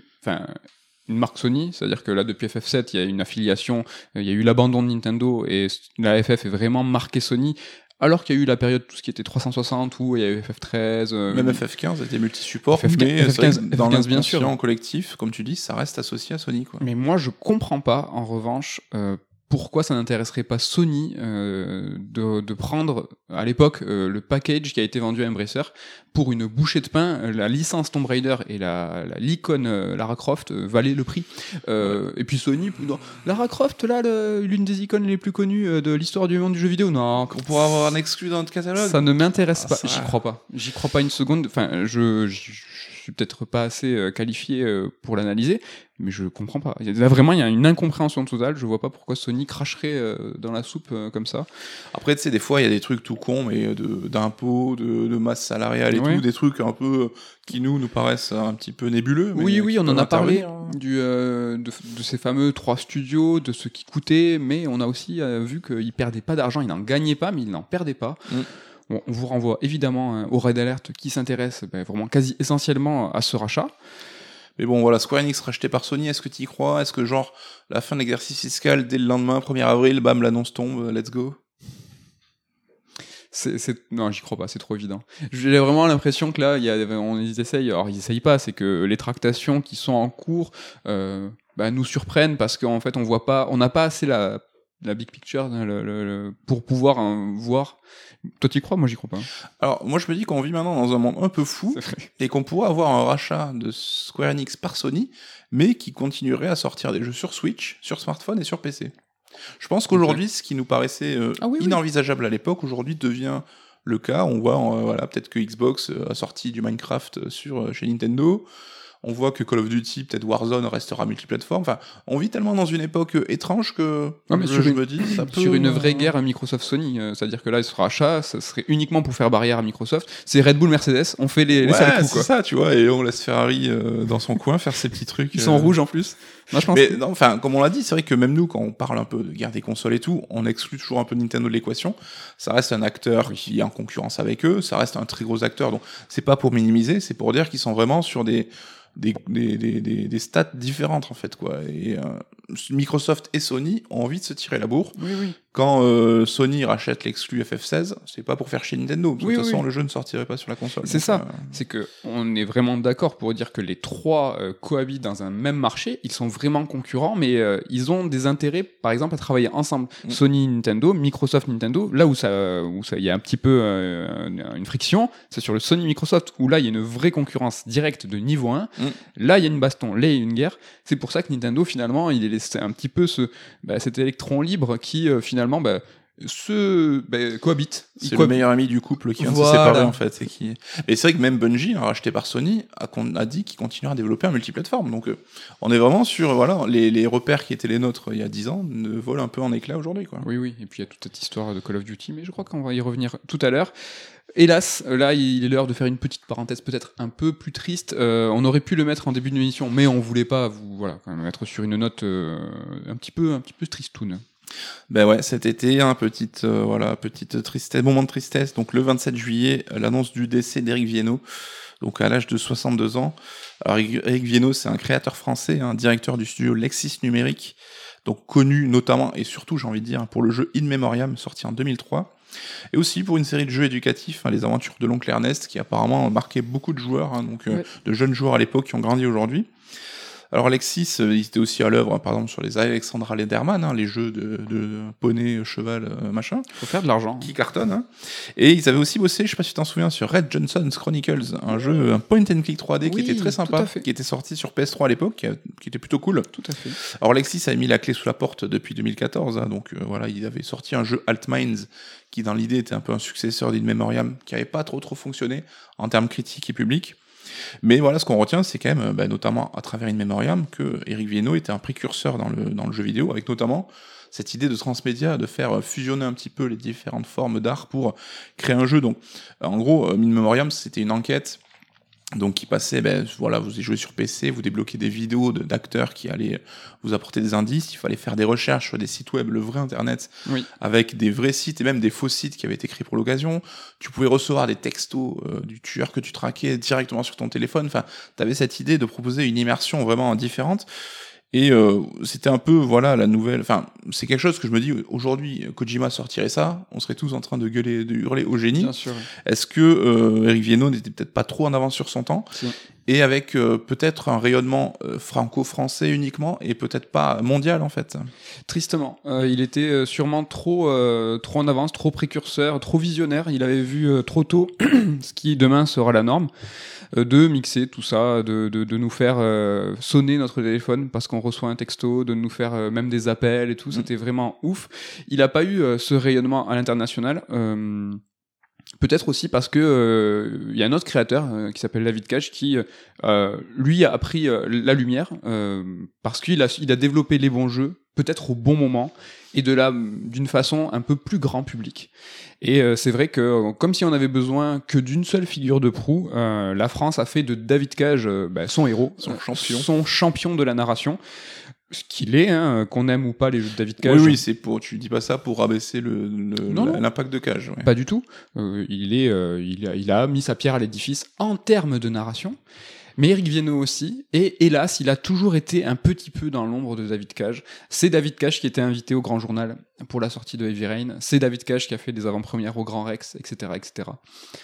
une marque Sony, c'est-à-dire que là depuis F F sept il y a une affiliation, il y a eu l'abandon de Nintendo et la F F est vraiment marquée Sony, alors qu'il y a eu la période tout ce qui était trois cent soixante où il y a eu F F treize, euh, même F F quinze était multi-support, F F quinze, mais F F quinze, dans bien sûr en collectif, comme tu dis, ça reste associé à Sony quoi. Mais moi je comprends pas en revanche euh, pourquoi ça n'intéresserait pas Sony euh, de, de prendre à l'époque euh, le package qui a été vendu à Embracer pour une bouchée de pain. La licence Tomb Raider et la, la l'icône euh, Lara Croft euh, valaient le prix. Euh, et puis Sony, non, Lara Croft là, le, l'une des icônes les plus connues euh, de l'histoire du monde du jeu vidéo, non. On pourra avoir un exclu dans notre catalogue. Ça ne m'intéresse ah, pas. Ça... J'y crois pas. J'y crois pas une seconde. Enfin, je, je, je suis peut-être pas assez euh, qualifié euh, pour l'analyser. Mais je comprends pas. Là, vraiment, il y a une incompréhension totale. Je vois pas pourquoi Sony cracherait euh, dans la soupe euh, comme ça. Après, tu sais, des fois, il y a des trucs tout cons, mais de, d'impôts, de, de masse salariale et ouais. tout, des trucs un peu qui nous, nous paraissent un petit peu nébuleux. Mais oui, oui, on en a parlé du, euh, de, de ces fameux trois studios, de ce qui coûtait, mais on a aussi euh, vu qu'ils perdaient pas d'argent. Ils n'en gagnaient pas, mais ils n'en perdaient pas. Mm. Bon, on vous renvoie évidemment hein, au Red Alert qui s'intéresse ben, vraiment quasi essentiellement à ce rachat. Mais bon, voilà, Square Enix racheté par Sony, est-ce que tu y crois? Est-ce que, genre, la fin de l'exercice fiscal, dès le lendemain, premier avril, bam, l'annonce tombe, let's go? c'est, c'est... Non, j'y crois pas, c'est trop évident. J'ai vraiment l'impression que là, y a... on ils essayent, alors ils essayent pas, c'est que les tractations qui sont en cours euh, bah, nous surprennent parce qu'en fait, on voit pas, on n'a pas assez la, la big picture le, le, le... pour pouvoir hein, voir. Toi, tu y crois? Moi, j'y crois pas. Alors, moi, je me dis qu'on vit maintenant dans un monde un peu fou et qu'on pourrait avoir un rachat de Square Enix par Sony, mais qui continuerait à sortir des jeux sur Switch, sur smartphone et sur P C. Je pense qu'aujourd'hui, okay. ce qui nous paraissait euh, ah, oui, inenvisageable oui. à l'époque, aujourd'hui devient le cas. On voit, euh, voilà, peut-être que Xbox a sorti du Minecraft sur, chez Nintendo. On voit que Call of Duty, peut-être Warzone, restera multiplateforme. Enfin, on vit tellement dans une époque euh, étrange que Ouais, mais je, sur je une- me dis, ça peut... Sur une euh, vraie guerre Microsoft-Sony, euh, c'est-à-dire que là, il sera achat, ça serait uniquement pour faire barrière à Microsoft. C'est Red Bull, Mercedes, on fait les, les Ouais, sales coups, c'est quoi. ça, tu vois, et on laisse Ferrari euh, dans son coin faire ses petits trucs. Ils sont euh. rouges en plus. Moi, je pense Mais que- non, enfin, comme on l'a dit, c'est vrai que même nous, quand on parle un peu de guerre des consoles et tout, on exclut toujours un peu Nintendo de l'équation. Ça reste un acteur qui est en concurrence avec eux, ça reste un très gros acteur. Donc, c'est pas pour minimiser, c'est pour dire qu'ils sont vraiment sur des des, des, des, des, des stats différentes en fait, quoi. Et euh, Microsoft et Sony ont envie de se tirer la bourre. Oui, oui. Quand euh, Sony rachète l'exclu F F seize, c'est pas pour faire chier Nintendo, parce que Oui, de toute oui, façon oui. le jeu ne sortirait pas sur la console. C'est Donc, ça. euh, C'est que on est vraiment d'accord pour dire que les trois euh, cohabitent dans un même marché. Ils sont vraiment concurrents, mais euh, ils ont des intérêts, par exemple, à travailler ensemble. Mm. Sony, Nintendo, Microsoft, Nintendo. Là où ça, où ça, il y a un petit peu euh, une friction, c'est sur le Sony Microsoft où là il y a une vraie concurrence directe de niveau un. Mm. Là il y a une baston, là il y a une guerre. C'est pour ça que Nintendo finalement il est laissé un petit peu ce, bah, cet électron libre qui euh, finalement bah, se bah, cohabite. Il C'est le cohab- meilleur ami du couple qui vient de Voilà. se séparer en fait. C'est qui... Et c'est vrai que même Bungie, hein, racheté par Sony, a, con- a dit qu'il continuera à développer un multiplateforme. Donc euh, on est vraiment sur voilà, les, les repères qui étaient les nôtres il y a dix ans ne volent un peu en éclats aujourd'hui, quoi. Oui, oui, et puis il y a toute cette histoire de Call of Duty, mais je crois qu'on va y revenir tout à l'heure. Hélas, là, il est l'heure de faire une petite parenthèse peut-être un peu plus triste. Euh, on aurait pu le mettre en début de l'émission, mais on voulait pas vous, voilà, quand même mettre sur une note euh, un petit peu, un petit peu tristoune. Ben ouais, cet été, un petite, euh, voilà, petite tristesse, moment de tristesse. Donc le vingt-sept juillet, euh, l'annonce du décès d'Éric Viennot, donc à l'âge de soixante-deux ans. Alors Éric Viennot, c'est un créateur français, un directeur du studio Lexis Numérique, donc connu notamment et surtout, j'ai envie de dire, pour le jeu In Memoriam, sorti en deux mille trois, et aussi pour une série de jeux éducatifs, hein, Les Aventures de l'oncle Ernest, qui apparemment a marqué beaucoup de joueurs, hein, donc euh, Ouais. de jeunes joueurs à l'époque qui ont grandi aujourd'hui. Alors Alexis, euh, il était aussi à l'œuvre, hein, par exemple, sur les Alexandra Lederman, hein, les jeux de, de poney, cheval, euh, machin, Faut faire de l'argent. qui cartonnent. Hein. Et ils avaient aussi bossé, je sais pas si tu t'en souviens, sur Red Johnson's Chronicles, un jeu, un point and click trois D qui Oui, était très tout à sympa, fait. qui était sorti sur P S trois à l'époque, qui, a- qui était plutôt cool. Tout à fait. Alors Alexis a mis la clé sous la porte depuis deux mille quatorze, hein, donc euh, voilà, il avait sorti un jeu Altminds, qui dans l'idée était un peu un successeur d'In Memoriam, qui avait pas trop trop fonctionné en termes critiques et publics. Mais voilà, ce qu'on retient, c'est quand même, euh, bah, notamment à travers In Memoriam, que Éric Viennot était un précurseur dans le, dans le jeu vidéo, avec notamment cette idée de transmédia, de faire euh, fusionner un petit peu les différentes formes d'art pour créer un jeu. Donc, euh, en gros, euh, In Memoriam, c'était une enquête. Donc qui passait, ben voilà, vous y jouez sur P C, vous débloquez des vidéos de- d'acteurs qui allaient vous apporter des indices, il fallait faire des recherches sur des sites web, le vrai internet, Oui. avec des vrais sites et même des faux sites qui avaient été créés pour l'occasion. Tu pouvais recevoir des textos euh, du tueur que tu traquais directement sur ton téléphone. Enfin, t'avais cette idée de proposer une immersion vraiment différente. Et euh, c'était un peu, voilà, la nouvelle... Enfin, c'est quelque chose que je me dis, aujourd'hui, Kojima sortirait ça, on serait tous en train de gueuler, de hurler au génie. Bien sûr. Est-ce que euh, Éric Viennot n'était peut-être pas trop en avance sur son temps, Si. et avec euh, peut-être un rayonnement euh, franco-français uniquement, et peut-être pas mondial en fait. Tristement, Euh, il était euh, sûrement trop, euh, trop en avance, trop précurseur, trop visionnaire. Il avait vu euh, trop tôt ce qui demain sera la norme, euh, de mixer tout ça, de, de, de nous faire euh, sonner notre téléphone parce qu'on reçoit un texto, de nous faire euh, même des appels et tout. C'était vraiment ouf. Il n'a pas eu euh, ce rayonnement à l'international. Euh, Peut-être aussi parce que euh, il y a un autre créateur euh, qui s'appelle David Cage qui euh, lui a pris euh, la lumière euh, parce qu'il a il a développé les bons jeux peut-être au bon moment et de la d'une façon un peu plus grand public. Et euh, c'est vrai que euh, comme si on avait besoin que d'une seule figure de proue, euh, la France a fait de David Cage euh, bah, son héros, Son euh, champion. son champion de la narration. Ce qu'il est, hein, qu'on aime ou pas les jeux de David Cage. Oui, oui, c'est pour, tu dis pas ça pour rabaisser le, le- Non, la- non. l'impact de Cage. Ouais. Pas du tout. Euh, il, est, euh, il, a, il a mis sa pierre à l'édifice en termes de narration. Mais Éric Viennot aussi. Et hélas, il a toujours été un petit peu dans l'ombre de David Cage. C'est David Cage qui était invité au Grand Journal pour la sortie de Heavy Rain. C'est David Cage qui a fait des avant-premières au Grand Rex, et cetera, et cetera.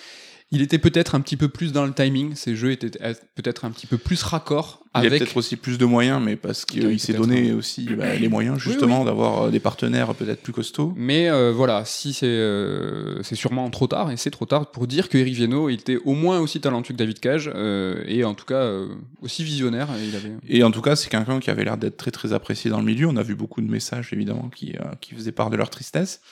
Il était peut-être un petit peu plus dans le timing. Ces jeux étaient euh, peut-être un petit peu plus raccord Il y a avec... peut-être aussi plus de moyens, mais parce qu'il Oui, s'est peut-être, donné hein. aussi bah, les moyens justement d'avoir euh, des partenaires peut-être plus costauds. Mais euh, voilà, si c'est euh, c'est sûrement trop tard, et c'est trop tard pour dire que Éric Viennot il était au moins aussi talentueux que David Cage, euh, et en tout cas euh, aussi visionnaire. Et il avait... Et en tout cas, c'est quelqu'un qui avait l'air d'être très très apprécié dans le milieu. On a vu beaucoup de messages évidemment qui, euh, qui faisaient part de leur tristesse.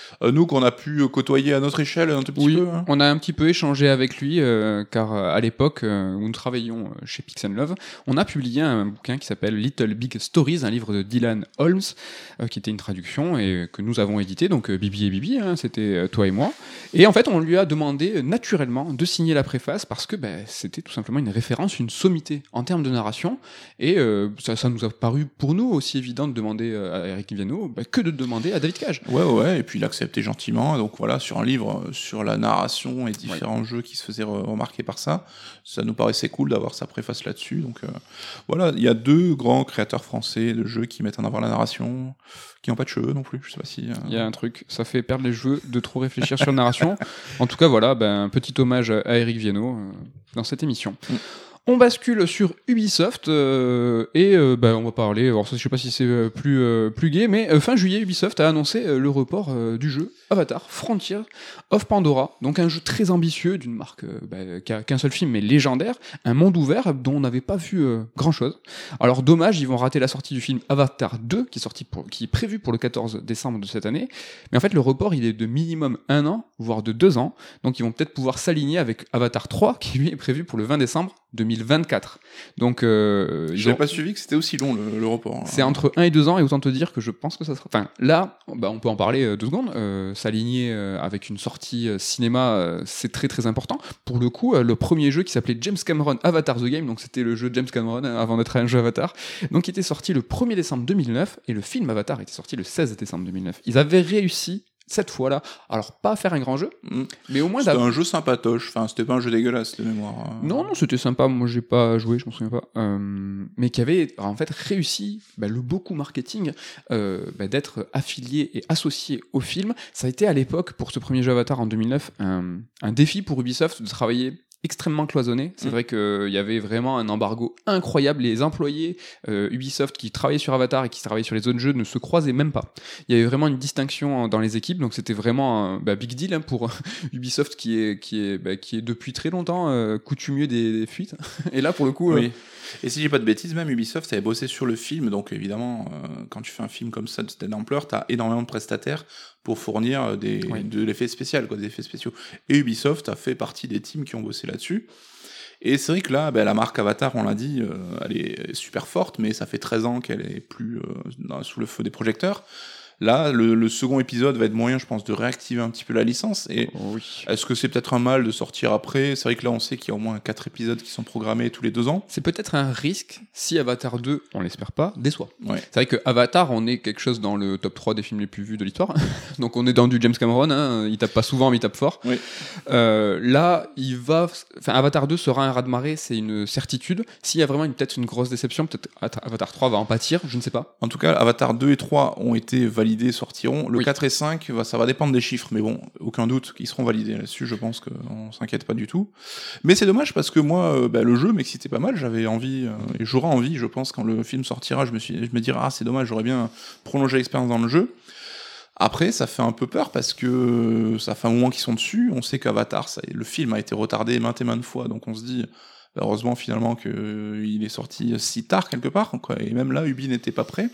Euh, nous, qu'on a pu côtoyer à notre échelle un tout petit oui, peu. Hein. On a un petit peu échangé avec lui, euh, car euh, à l'époque euh, où nous travaillions euh, chez Pix and Love, on a publié un bouquin qui s'appelle Little Big Stories, un livre de Dylan Holmes, euh, qui était une traduction et que nous avons édité, donc euh, Bibi et Bibi, hein, c'était euh, toi et moi. Et en fait, on lui a demandé euh, naturellement de signer la préface parce que bah, c'était tout simplement une référence, une sommité en termes de narration. Et euh, ça, ça nous a paru pour nous aussi évident de demander euh, à Eric Viano bah, que de demander à David Cage. Ouais, ouais, et puis il a accepté gentiment. Donc voilà, sur un livre euh, sur la narration et différents ouais. jeux qui se faisaient remarquer par ça, ça nous paraissait cool d'avoir sa préface là-dessus. Donc euh, voilà, il y a deux grands créateurs français de jeux qui mettent en avant la narration, qui n'ont pas de cheveux non plus. Je sais pas si. Il euh... y a un truc, ça fait perdre les cheveux de trop réfléchir sur la narration. En tout cas, voilà, ben, un petit hommage à Eric Viano euh, dans cette émission. Mm. On bascule sur Ubisoft euh, et euh, bah, on va parler, alors ça, je sais pas si c'est euh, plus, euh, plus gai, mais euh, fin juillet, Ubisoft a annoncé euh, le report euh, du jeu Avatar Frontier of Pandora, donc un jeu très ambitieux d'une marque euh, bah, qui a qu'un seul film mais légendaire, un monde ouvert dont on n'avait pas vu euh, grand chose. Alors dommage, ils vont rater la sortie du film Avatar deux qui est, sorti pour, qui est prévu pour le quatorze décembre de cette année, mais en fait le report il est de minimum un an, voire de deux ans, donc ils vont peut-être pouvoir s'aligner avec Avatar trois qui lui est prévu pour le vingt décembre deux mille vingt-quatre. Donc, euh, je n'avais ont... pas suivi que c'était aussi long le, le report. Hein. C'est entre un et deux ans, et autant te dire que je pense que ça sera. Enfin, là, bah, on peut en parler euh, deux secondes. Euh, s'aligner euh, avec une sortie euh, cinéma, euh, c'est très très important. Pour le coup, euh, le premier jeu qui s'appelait James Cameron Avatar the Game, donc c'était le jeu James Cameron hein, avant d'être un jeu Avatar, donc qui était sorti le premier décembre deux mille neuf, et le film Avatar était sorti le seize décembre deux mille neuf. Ils avaient réussi. Cette fois-là, alors pas faire un grand jeu, mmh. mais au moins c'était un jeu sympatoche. Enfin, c'était pas un jeu dégueulasse de mémoire. Non, non, c'était sympa. Moi, j'ai pas joué, je m'en souviens pas. Euh, mais qui avait en fait réussi bah, le beaucoup marketing euh, bah, d'être affilié et associé au film. Ça a été à l'époque pour ce premier jeu Avatar en deux mille neuf un, un défi pour Ubisoft de travailler extrêmement cloisonné. C'est mmh. vrai qu'il y avait vraiment un embargo incroyable. Les employés euh, Ubisoft qui travaillaient sur Avatar et qui travaillaient sur les autres jeux ne se croisaient même pas. Il y avait vraiment une distinction dans les équipes, donc c'était vraiment un bah, big deal hein, pour Ubisoft qui est, qui est, bah, qui est depuis très longtemps euh, coutumier des, des fuites. Et là, pour le coup... Oui. Euh... Et si j'ai pas de bêtises, même Ubisoft avait bossé sur le film, donc évidemment, euh, quand tu fais un film comme ça de cette ampleur, t'as énormément de prestataires pour fournir des, oui. de l'effet spécial, quoi, des effets spéciaux. Et Ubisoft a fait partie des teams qui ont bossé là-dessus. Et c'est vrai que là, bah, la marque Avatar, on l'a dit, euh, elle est super forte, mais ça fait treize ans qu'elle est plus euh, sous le feu des projecteurs. Là, le, le second épisode va être moyen, je pense, de réactiver un petit peu la licence. Et oh oui. Est-ce que c'est peut-être un mal de sortir après ? C'est vrai que là, on sait qu'il y a au moins quatre épisodes qui sont programmés tous les deux ans. C'est peut-être un risque si Avatar deux, on l'espère pas, déçoit. Ouais. C'est vrai que Avatar, on est quelque chose dans le top trois des films les plus vus de l'histoire. Donc on est dans du James Cameron, hein. Il tape pas souvent, mais il tape fort. Oui. Euh, là, il va... Enfin, Avatar deux sera un raz-de-marée, c'est une certitude. S'il y a vraiment une, peut-être une grosse déception, peut-être Avatar trois va en pâtir, je ne sais pas. En tout cas, Avatar deux et trois ont été validés validés sortiront. Le oui. quatre et cinq, ça va dépendre des chiffres, mais bon, aucun doute qu'ils seront validés là-dessus, je pense qu'on s'inquiète pas du tout. Mais c'est dommage parce que moi, euh, bah, le jeu m'excitait pas mal, j'avais envie, euh, et j'aurai envie, je pense, quand le film sortira, je me, suis, je me dirai, ah c'est dommage, j'aurais bien prolongé l'expérience dans le jeu. Après, ça fait un peu peur parce que ça fait un moment qu'ils sont dessus, on sait qu'Avatar, ça, le film a été retardé maintes et maintes fois, donc on se dit... Heureusement finalement qu'il est sorti si tard quelque part, quoi. Et même là, Ubi n'était pas prêt.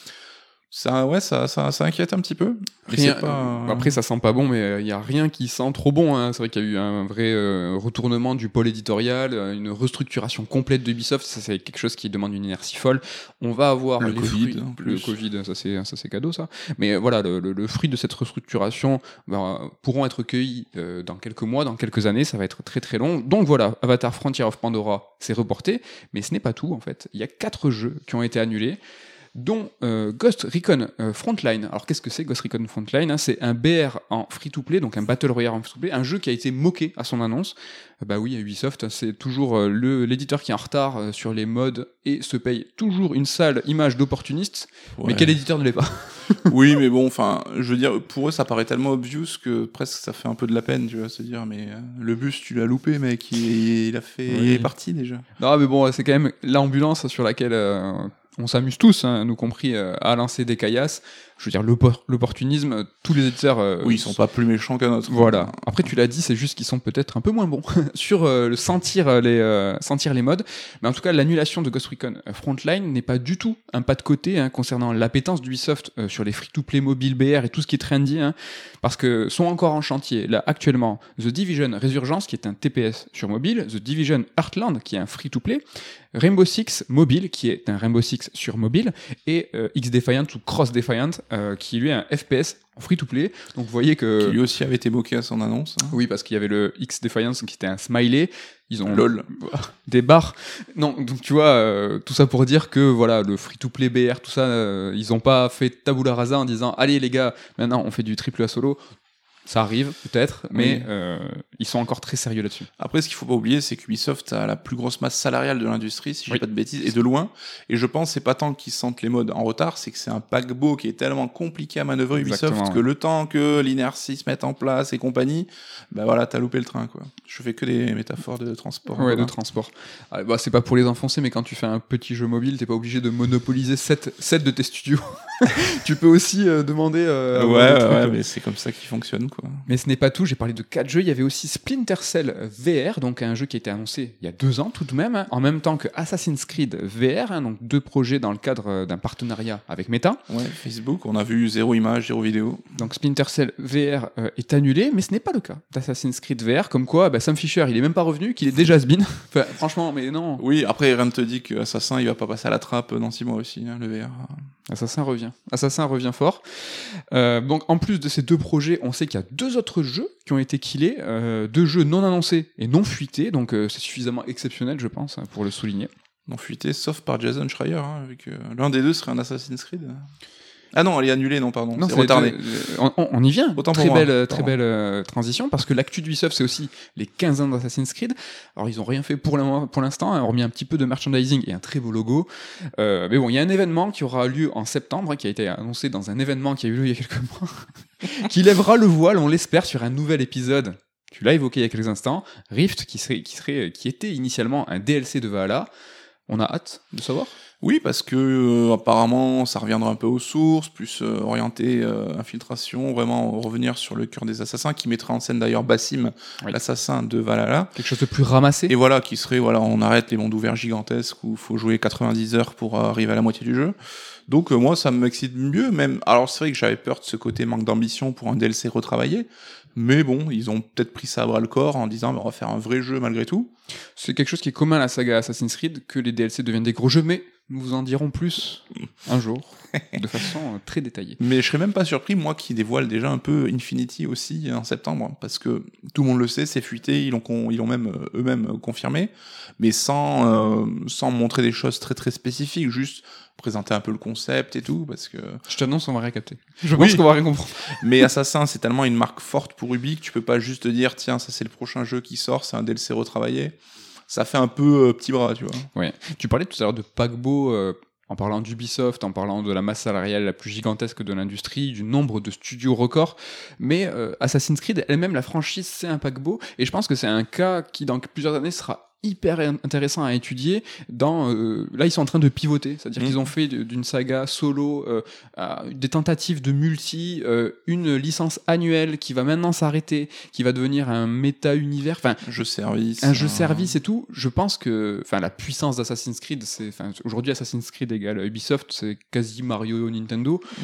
Ça, ouais, ça, ça, ça inquiète un petit peu. Rien, pas... Après, ça sent pas bon, mais il euh, y a rien qui sent trop bon. Hein. C'est vrai qu'il y a eu un vrai euh, retournement du pôle éditorial, une restructuration complète d'Ubisoft. Ça, c'est quelque chose qui demande une inertie folle. On va avoir le les Covid, fruits, plus. le Covid, ça c'est, ça c'est cadeau, ça. Mais voilà, le, le, le fruit de cette restructuration bah, pourront être cueillis euh, dans quelques mois, dans quelques années. Ça va être très très long. Donc voilà, Avatar Frontier of Pandora, c'est reporté, mais ce n'est pas tout en fait. Il y a quatre jeux qui ont été annulés, dont euh, Ghost Recon euh, Frontline. Alors qu'est-ce que c'est Ghost Recon Frontline hein? C'est un B R en free-to-play, donc un Battle Royale en free-to-play, un jeu qui a été moqué à son annonce. Euh, bah oui, à Ubisoft, c'est toujours euh, le, l'éditeur qui est en retard euh, sur les modes et se paye toujours une sale image d'opportuniste, ouais. Mais quel éditeur ne l'est pas? Oui, mais bon, enfin, je veux dire, pour eux, ça paraît tellement obvious que presque ça fait un peu de la peine, tu vois, se dire, mais euh, le bus, tu l'as loupé, mec, il, il a fait, oui. Il est parti déjà. Non, mais bon, c'est quand même l'ambulance sur laquelle... Euh, on s'amuse tous, hein, nous compris, euh, à lancer des caillasses. je veux dire, l'oppor- l'opportunisme, tous les éditeurs... euh, Oui, ils sont pas plus méchants qu'un autre. Voilà. Après, tu l'as dit, c'est juste qu'ils sont peut-être un peu moins bons sur euh, le sentir euh, les euh, sentir les modes. Mais en tout cas, l'annulation de Ghost Recon euh, Frontline n'est pas du tout un pas de côté hein, concernant l'appétence d'Ubisoft euh, sur les free-to-play mobile B R et tout ce qui est trendy, hein, parce que sont encore en chantier là actuellement The Division Resurgence, qui est un T P S sur mobile, The Division Heartland, qui est un free-to-play, Rainbow Six Mobile, qui est un Rainbow Six sur mobile, et euh, X-Defiant ou Cross-Defiant, euh, qui lui est un F P S en free-to-play. Donc vous voyez que... Qui lui aussi avait été moqué à son annonce. Hein. Oui, parce qu'il y avait le X-Defiant qui était un smiley. Ils ont LOL. Des barres. Non, donc tu vois, euh, tout ça pour dire que voilà, le free-to-play B R, tout ça, euh, ils ont pas fait tabula rasa en disant allez les gars, maintenant on fait du triple A solo. Ça arrive, peut-être, mais oui. euh, ils sont encore très sérieux là-dessus. Après, ce qu'il faut pas oublier, c'est qu'Ubisoft a la plus grosse masse salariale de l'industrie, si je oui. dis pas de bêtises, et de loin. Et je pense que c'est pas tant qu'ils sentent les modes en retard, c'est que c'est un paquebot qui est tellement compliqué à manœuvrer Ubisoft Exactement, que ouais. le temps que l'inertie se mette en place et compagnie, bah voilà, t'as loupé le train, quoi. Je fais que des métaphores de transport. Ouais, de transport. Ah, bah, c'est pas pour les enfoncer, mais quand tu fais un petit jeu mobile, t'es pas obligé de monopoliser sept de tes studios. Tu peux aussi euh, demander. Euh, ouais, ouais, trucs, ouais, mais c'est comme ça qu'il fonctionne, quoi. Mais ce n'est pas tout, j'ai parlé de quatre jeux. Il y avait aussi Splinter Cell V R, donc un jeu qui a été annoncé il y a deux ans tout de même, hein, en même temps que Assassin's Creed V R, hein, donc deux projets dans le cadre d'un partenariat avec Meta. Ouais, Facebook, on a vu zéro image, zéro vidéo. Donc Splinter Cell V R euh, est annulé, mais ce n'est pas le cas d'Assassin's Creed V R, comme quoi bah, Sam Fisher, il est même pas revenu, qu'il est déjà has-been. Enfin, franchement, mais non. Oui, après, rien ne te dit que Assassin, il va pas passer à la trappe dans six mois aussi, hein, le V R. Assassin revient. Assassin revient fort. Euh, donc, en plus de ces deux projets, on sait qu'il y a deux autres jeux qui ont été killés, euh, deux jeux non annoncés et non fuités, donc euh, c'est suffisamment exceptionnel, je pense, pour le souligner. Non fuités, sauf par Jason Schreier, hein, vu que l'un des deux serait un Assassin's Creed. Ah non, elle est annulée, non, pardon, non, c'est retardé. Deux, on, on y vient. Autant très pour belle, moi. très belle euh, transition, parce que l'actu d'Ubisoft, c'est aussi les quinze ans d'Assassin's Creed. Alors, ils ont rien fait pour l'instant, pour l'instant, hein, hormis un petit peu de merchandising et un très beau logo. Euh, mais bon, il y a un événement qui aura lieu en septembre, hein, qui a été annoncé dans un événement qui a eu lieu il y a quelques mois, qui lèvera le voile, on l'espère, sur un nouvel épisode. Tu l'as évoqué il y a quelques instants, Rift, qui serait, qui serait, qui était initialement un D L C de Valhalla. On a hâte de savoir. Oui, parce que euh, apparemment, ça reviendra un peu aux sources, plus euh, orienté euh, infiltration, vraiment revenir sur le cœur des assassins, qui mettra en scène d'ailleurs Bassim, oui. l'assassin de Valhalla. Quelque chose de plus ramassé. Et voilà, qui serait, voilà, on arrête les mondes ouverts gigantesques où il faut jouer quatre-vingt-dix heures pour arriver à la moitié du jeu. Donc euh, moi, ça m'excite mieux, même. Alors c'est vrai que j'avais peur de ce côté manque d'ambition pour un D L C retravaillé. Mais bon, ils ont peut-être pris ça à bras le corps en disant bah, on va faire un vrai jeu malgré tout. C'est quelque chose qui est commun à la saga Assassin's Creed, que les D L C deviennent des gros jeux, mais nous vous en dirons plus un jour, de façon très détaillée. Mais je serais même pas surpris, moi, qui dévoile déjà un peu Infinity aussi en septembre, parce que tout le monde le sait, c'est fuité, ils l'ont, con- ils l'ont même euh, eux-mêmes confirmé, mais sans, euh, sans montrer des choses très très spécifiques, juste présenter un peu le concept et tout, parce que... Je t'annonce, on va rien capter. Je Oui. pense qu'on va rien comprendre. Mais Assassin, c'est tellement une marque forte pour Ubi que tu peux pas juste te dire, tiens, ça c'est le prochain jeu qui sort, c'est un D L C retravaillé. Ça fait un peu euh, petit bras, tu vois. Ouais. Tu parlais tout à l'heure de paquebot, euh, en parlant d'Ubisoft, en parlant de la masse salariale la plus gigantesque de l'industrie, du nombre de studios records, mais euh, Assassin's Creed elle-même, la franchise, c'est un paquebot, et je pense que c'est un cas qui, dans plusieurs années, sera hyper intéressant à étudier. Dans, euh, là, ils sont en train de pivoter, c'est-à-dire mmh. qu'ils ont fait d'une saga solo euh, à des tentatives de multi, euh, une licence annuelle qui va maintenant s'arrêter, qui va devenir un méta-univers, enfin, un jeu service, un jeu service et tout. Je pense que, enfin, la puissance d'Assassin's Creed, c'est, enfin, aujourd'hui, Assassin's Creed égale Ubisoft, c'est quasi Mario, Nintendo. Mmh.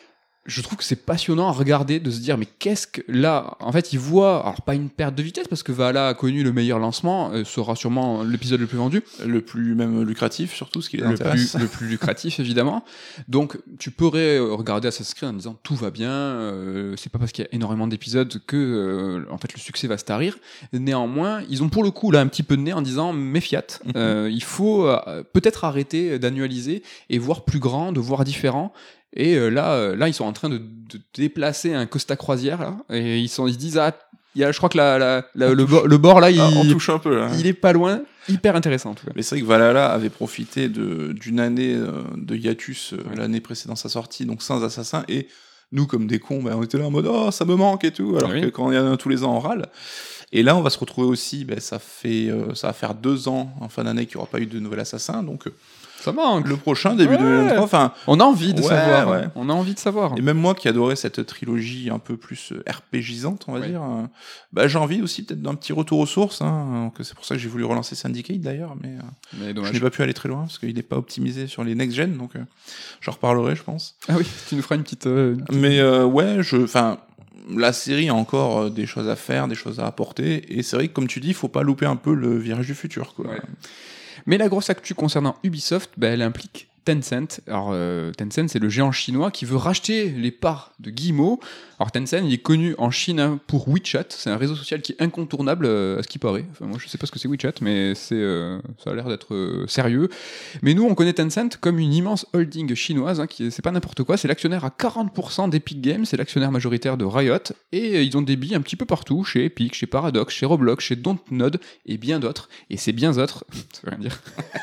Je trouve que c'est passionnant à regarder, de se dire mais qu'est-ce que là, en fait ils voient, alors pas une perte de vitesse parce que Valhalla a connu le meilleur lancement, euh, sera sûrement l'épisode le plus vendu, le plus même lucratif surtout, ce qui les le intéresse, plus, le plus lucratif évidemment. Donc tu pourrais regarder Assassin's Creed en disant tout va bien, euh, c'est pas parce qu'il y a énormément d'épisodes que euh, en fait le succès va se tarir. Néanmoins ils ont pour le coup là un petit peu de nez en disant méfiat, mm-hmm. euh, il faut euh, peut-être arrêter d'annualiser et voir plus grand, de voir différent. Et euh, là, euh, là, ils sont en train de, de déplacer un Costa Croisière là, et ils sont, ils se disent ah, il y a, je crois que la, la, la le, bord, le bord là, il, ah, on touche un peu là. Il est pas loin, hyper intéressant. En tout cas. Mais c'est vrai que Valhalla avait profité de d'une année euh, de hiatus euh, ouais. l'année précédant sa sortie, donc sans Assassin, et nous comme des cons, ben, on était là en mode oh ça me manque et tout, alors ah, que oui. quand il y en a tous les ans on râle. Et là, on va se retrouver aussi, ben, ça fait, euh, ça va faire deux ans en fin d'année qu'il n'y aura pas eu de nouvel Assassin, donc. Euh, Ça manque. Le prochain, début Ouais. deux mille vingt-trois. Enfin, On a envie de Ouais, savoir. ouais. On a envie de savoir. et même moi qui adorais cette trilogie un peu plus euh, RPGisante, on va Ouais. dire, euh, bah, j'ai envie aussi peut-être d'un petit retour aux sources. Hein, donc c'est pour ça que j'ai voulu relancer Syndicate d'ailleurs, mais euh, Mais je dommage. n'ai pas pu aller très loin parce qu'il n'est pas optimisé sur les next-gen, donc euh, j'en reparlerai, je pense. Ah oui, tu nous feras une petite. euh, une petite- Mais euh, ouais, je, enfin, la série a encore euh, des choses à faire, des choses à apporter, et c'est vrai que comme tu dis, il faut pas louper un peu le virage du futur, quoi. Ouais. Mais la grosse actu concernant Ubisoft, bah, elle implique Tencent. Alors euh, Tencent, c'est le géant chinois qui veut racheter les parts de Guillemot. Alors Tencent, il est connu en Chine hein, pour WeChat. C'est un réseau social qui est incontournable euh, à ce qui paraît. Enfin, moi, je sais pas ce que c'est WeChat, mais c'est, euh, ça a l'air d'être euh, sérieux. Mais nous, on connaît Tencent comme une immense holding chinoise. Hein, qui est- c'est pas n'importe quoi. C'est l'actionnaire à quarante pour cent d'Epic Games. C'est l'actionnaire majoritaire de Riot. Et euh, ils ont des billes un petit peu partout, chez Epic, chez Paradox, chez Roblox, chez Dontnod et bien d'autres. Et ces bien autres, ça veut rien dire.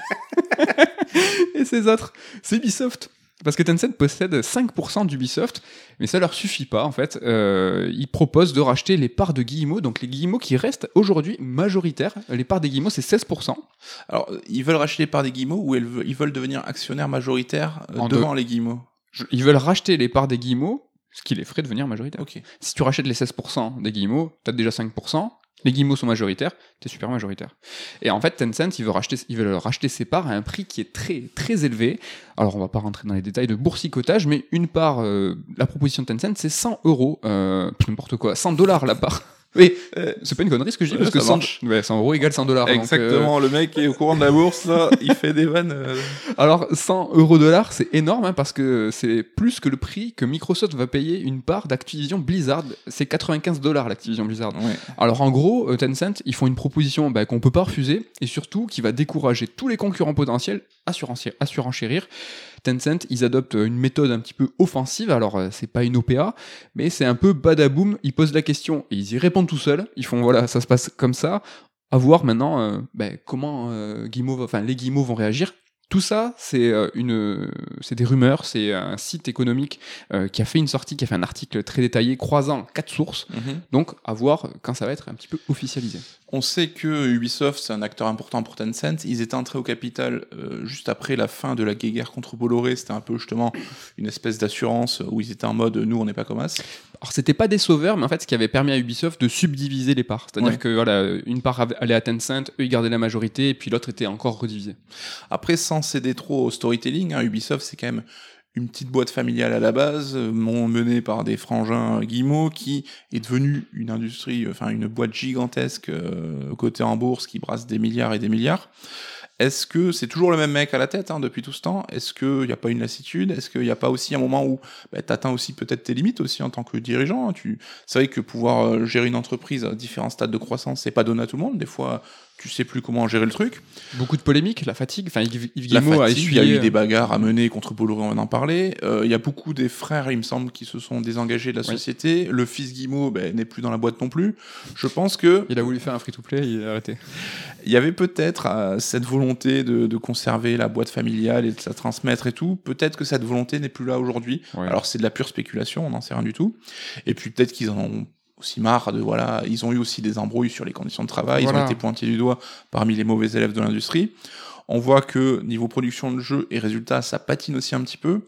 Et ces autres, c'est Ubisoft. Parce que Tencent possède cinq pour cent d'Ubisoft, mais ça leur suffit pas en fait. Euh, ils proposent de racheter les parts de Guillemot, donc les Guillemots qui restent aujourd'hui majoritaires. Les parts des Guillemots, c'est seize pour cent. Alors, ils veulent racheter les parts des Guillemots ou elles ve- ils veulent devenir actionnaires majoritaires euh, En devant les Guillemots? Je- Ils veulent racheter les parts des Guillemots, ce qui les ferait devenir majoritaires. Ok. Si tu rachètes les seize pour cent des Guillemots, t'as déjà cinq pour cent. Les Guillemots sont majoritaires, t'es super majoritaire. Et en fait, Tencent, ils veulent racheter, ils veulent racheter ses parts à un prix qui est très, très élevé. Alors, on va pas rentrer dans les détails de boursicotage, mais une part, euh, la proposition de Tencent, c'est cent euros, euh, n'importe quoi, cent dollars la part. Oui, Euh, c'est pas une connerie ce que je dis, ouais, parce que ça cent, marche. ouais, cent euros égale cent dollars. Exactement, le mec est au courant de la bourse, là, il fait des vannes. euh, Alors, cent euros dollars, c'est énorme hein, parce que c'est plus que le prix que Microsoft va payer une part d'Activision Blizzard. C'est quatre-vingt-quinze dollars l'Activision Blizzard. Ouais. Alors, en gros, euh, Tencent, ils font une proposition bah, qu'on peut pas refuser et surtout qui va décourager tous les concurrents potentiels à surenchérir. à surenchérir. Tencent, ils adoptent une méthode un petit peu offensive. Alors, euh, c'est pas une O P A, mais c'est un peu badaboum. Ils posent la question et ils y répondent tout seuls. Ils font voilà, ça se passe comme ça. À voir maintenant euh, ben, comment euh, Guillemot va- enfin, les Guillemots vont réagir. Tout ça, c'est euh, une, c'est des rumeurs. C'est un site économique euh, qui a fait une sortie, qui a fait un article très détaillé croisant quatre sources. Mhm. Donc, à voir quand ça va être un petit peu officialisé. On sait que Ubisoft, c'est un acteur important pour Tencent. Ils étaient entrés au capital euh, juste après la fin de la guerre contre Bolloré. C'était un peu justement une espèce d'assurance où ils étaient en mode nous, on n'est pas comme as. Alors, c'était pas des sauveurs, mais en fait, ce qui avait permis à Ubisoft de subdiviser les parts. C'est-à-dire Ouais. que voilà, une part avait- allait à Tencent, eux ils gardaient la majorité, et puis l'autre était encore redivisé. Après, sans céder trop au storytelling, hein, Ubisoft, c'est quand même une petite boîte familiale à la base, euh, mon- menée par des frangins Guillemot, qui est devenue une industrie, enfin une boîte gigantesque euh, cotée en bourse qui brasse des milliards et des milliards. Est-ce que c'est toujours le même mec à la tête hein, depuis tout ce temps? Est-ce qu'il n'y a pas une lassitude? Est-ce qu'il n'y a pas aussi un moment où bah, tu atteins aussi peut-être tes limites aussi en tant que dirigeant hein, tu... C'est vrai que pouvoir euh, gérer une entreprise à différents stades de croissance, c'est pas donné à tout le monde. Des fois, tu sais plus comment gérer le truc. Beaucoup de polémiques, la fatigue. Enfin, Yves Yves La Guillemot a fatigue, il y a essuyé. eu des bagarres à mener contre Bolloré, on va en parler. Euh, Il y a beaucoup des frères, il me semble, qui se sont désengagés de la Oui. société. Le fils Guillemot ben, n'est plus dans la boîte non plus. Je pense que Il a voulu faire un free-to-play, il a arrêté. il y avait peut-être euh, cette volonté de, de conserver la boîte familiale et de la transmettre et tout. Peut-être que cette volonté n'est plus là aujourd'hui. Ouais. Alors c'est de la pure spéculation, on n'en sait rien du tout. Et puis peut-être qu'ils en ont aussi marre de voilà, ils ont eu aussi des embrouilles sur les conditions de travail, Voilà. ils ont été pointés du doigt parmi les mauvais élèves de l'industrie. On voit que niveau production de jeu et résultats, ça patine aussi un petit peu.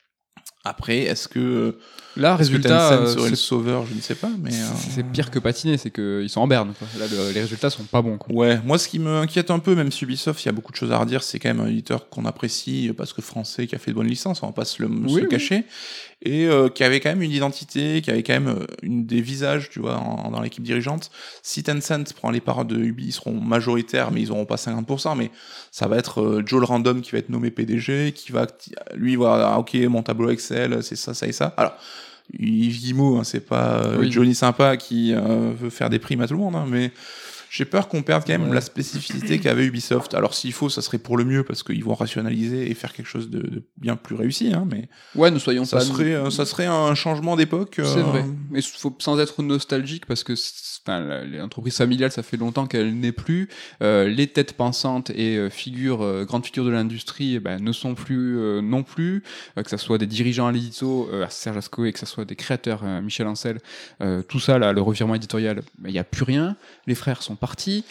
Après, est-ce que Là, est-ce que résultat, Tencent euh, serait le c'est- sauveur, je ne sais pas, mais euh, c'est pire que patiner, c'est qu'ils sont en berne. Quoi. Là, le- les résultats sont pas bons. Quoi. ouais, moi ce qui me inquiète un peu, même si Ubisoft, il y a beaucoup de choses à redire, c'est quand même un éditeur qu'on apprécie parce que français, qui a fait de bonnes licences, on va pas se le, se Oui, le oui. cacher, et euh, qui avait quand même une identité, qui avait quand même euh, une des visages, tu vois, en- dans l'équipe dirigeante. Si Tencent prend les parts de Ubi, ils seront majoritaires, mais ils auront pas cinquante pour cent, mais ça va être euh, Joel Random qui va être nommé P D G, qui va, lui, va, ah, ok, mon tableau Excel, c'est ça, ça et ça. Alors, Yves Guillemot, hein, c'est pas euh, Oui. Johnny Sympa qui euh, veut faire des primes à tout le monde, hein, mais j'ai peur qu'on perde quand même Ouais. la spécificité qu'avait Ubisoft. Alors s'il faut, ça serait pour le mieux parce qu'ils vont rationaliser et faire quelque chose de, de bien plus réussi, hein, mais Ouais, ne soyons ça pas. serait, euh, ça serait un changement d'époque. euh, C'est vrai. Mais faut, sans être nostalgique, parce que c'est- enfin, la- les entreprises familiales, ça fait longtemps qu'elles n'est plus. Euh, les têtes pensantes et euh, figures, euh, grandes figures de l'industrie, eh ben, ne sont plus euh, non plus. Euh, que ça soit des dirigeants à l'édito, euh, Serge Asco, et que ça soit des créateurs, euh, Michel Ancel, euh, tout ça, là, le revirement éditorial, il n'y a plus rien. Les frères sont partis.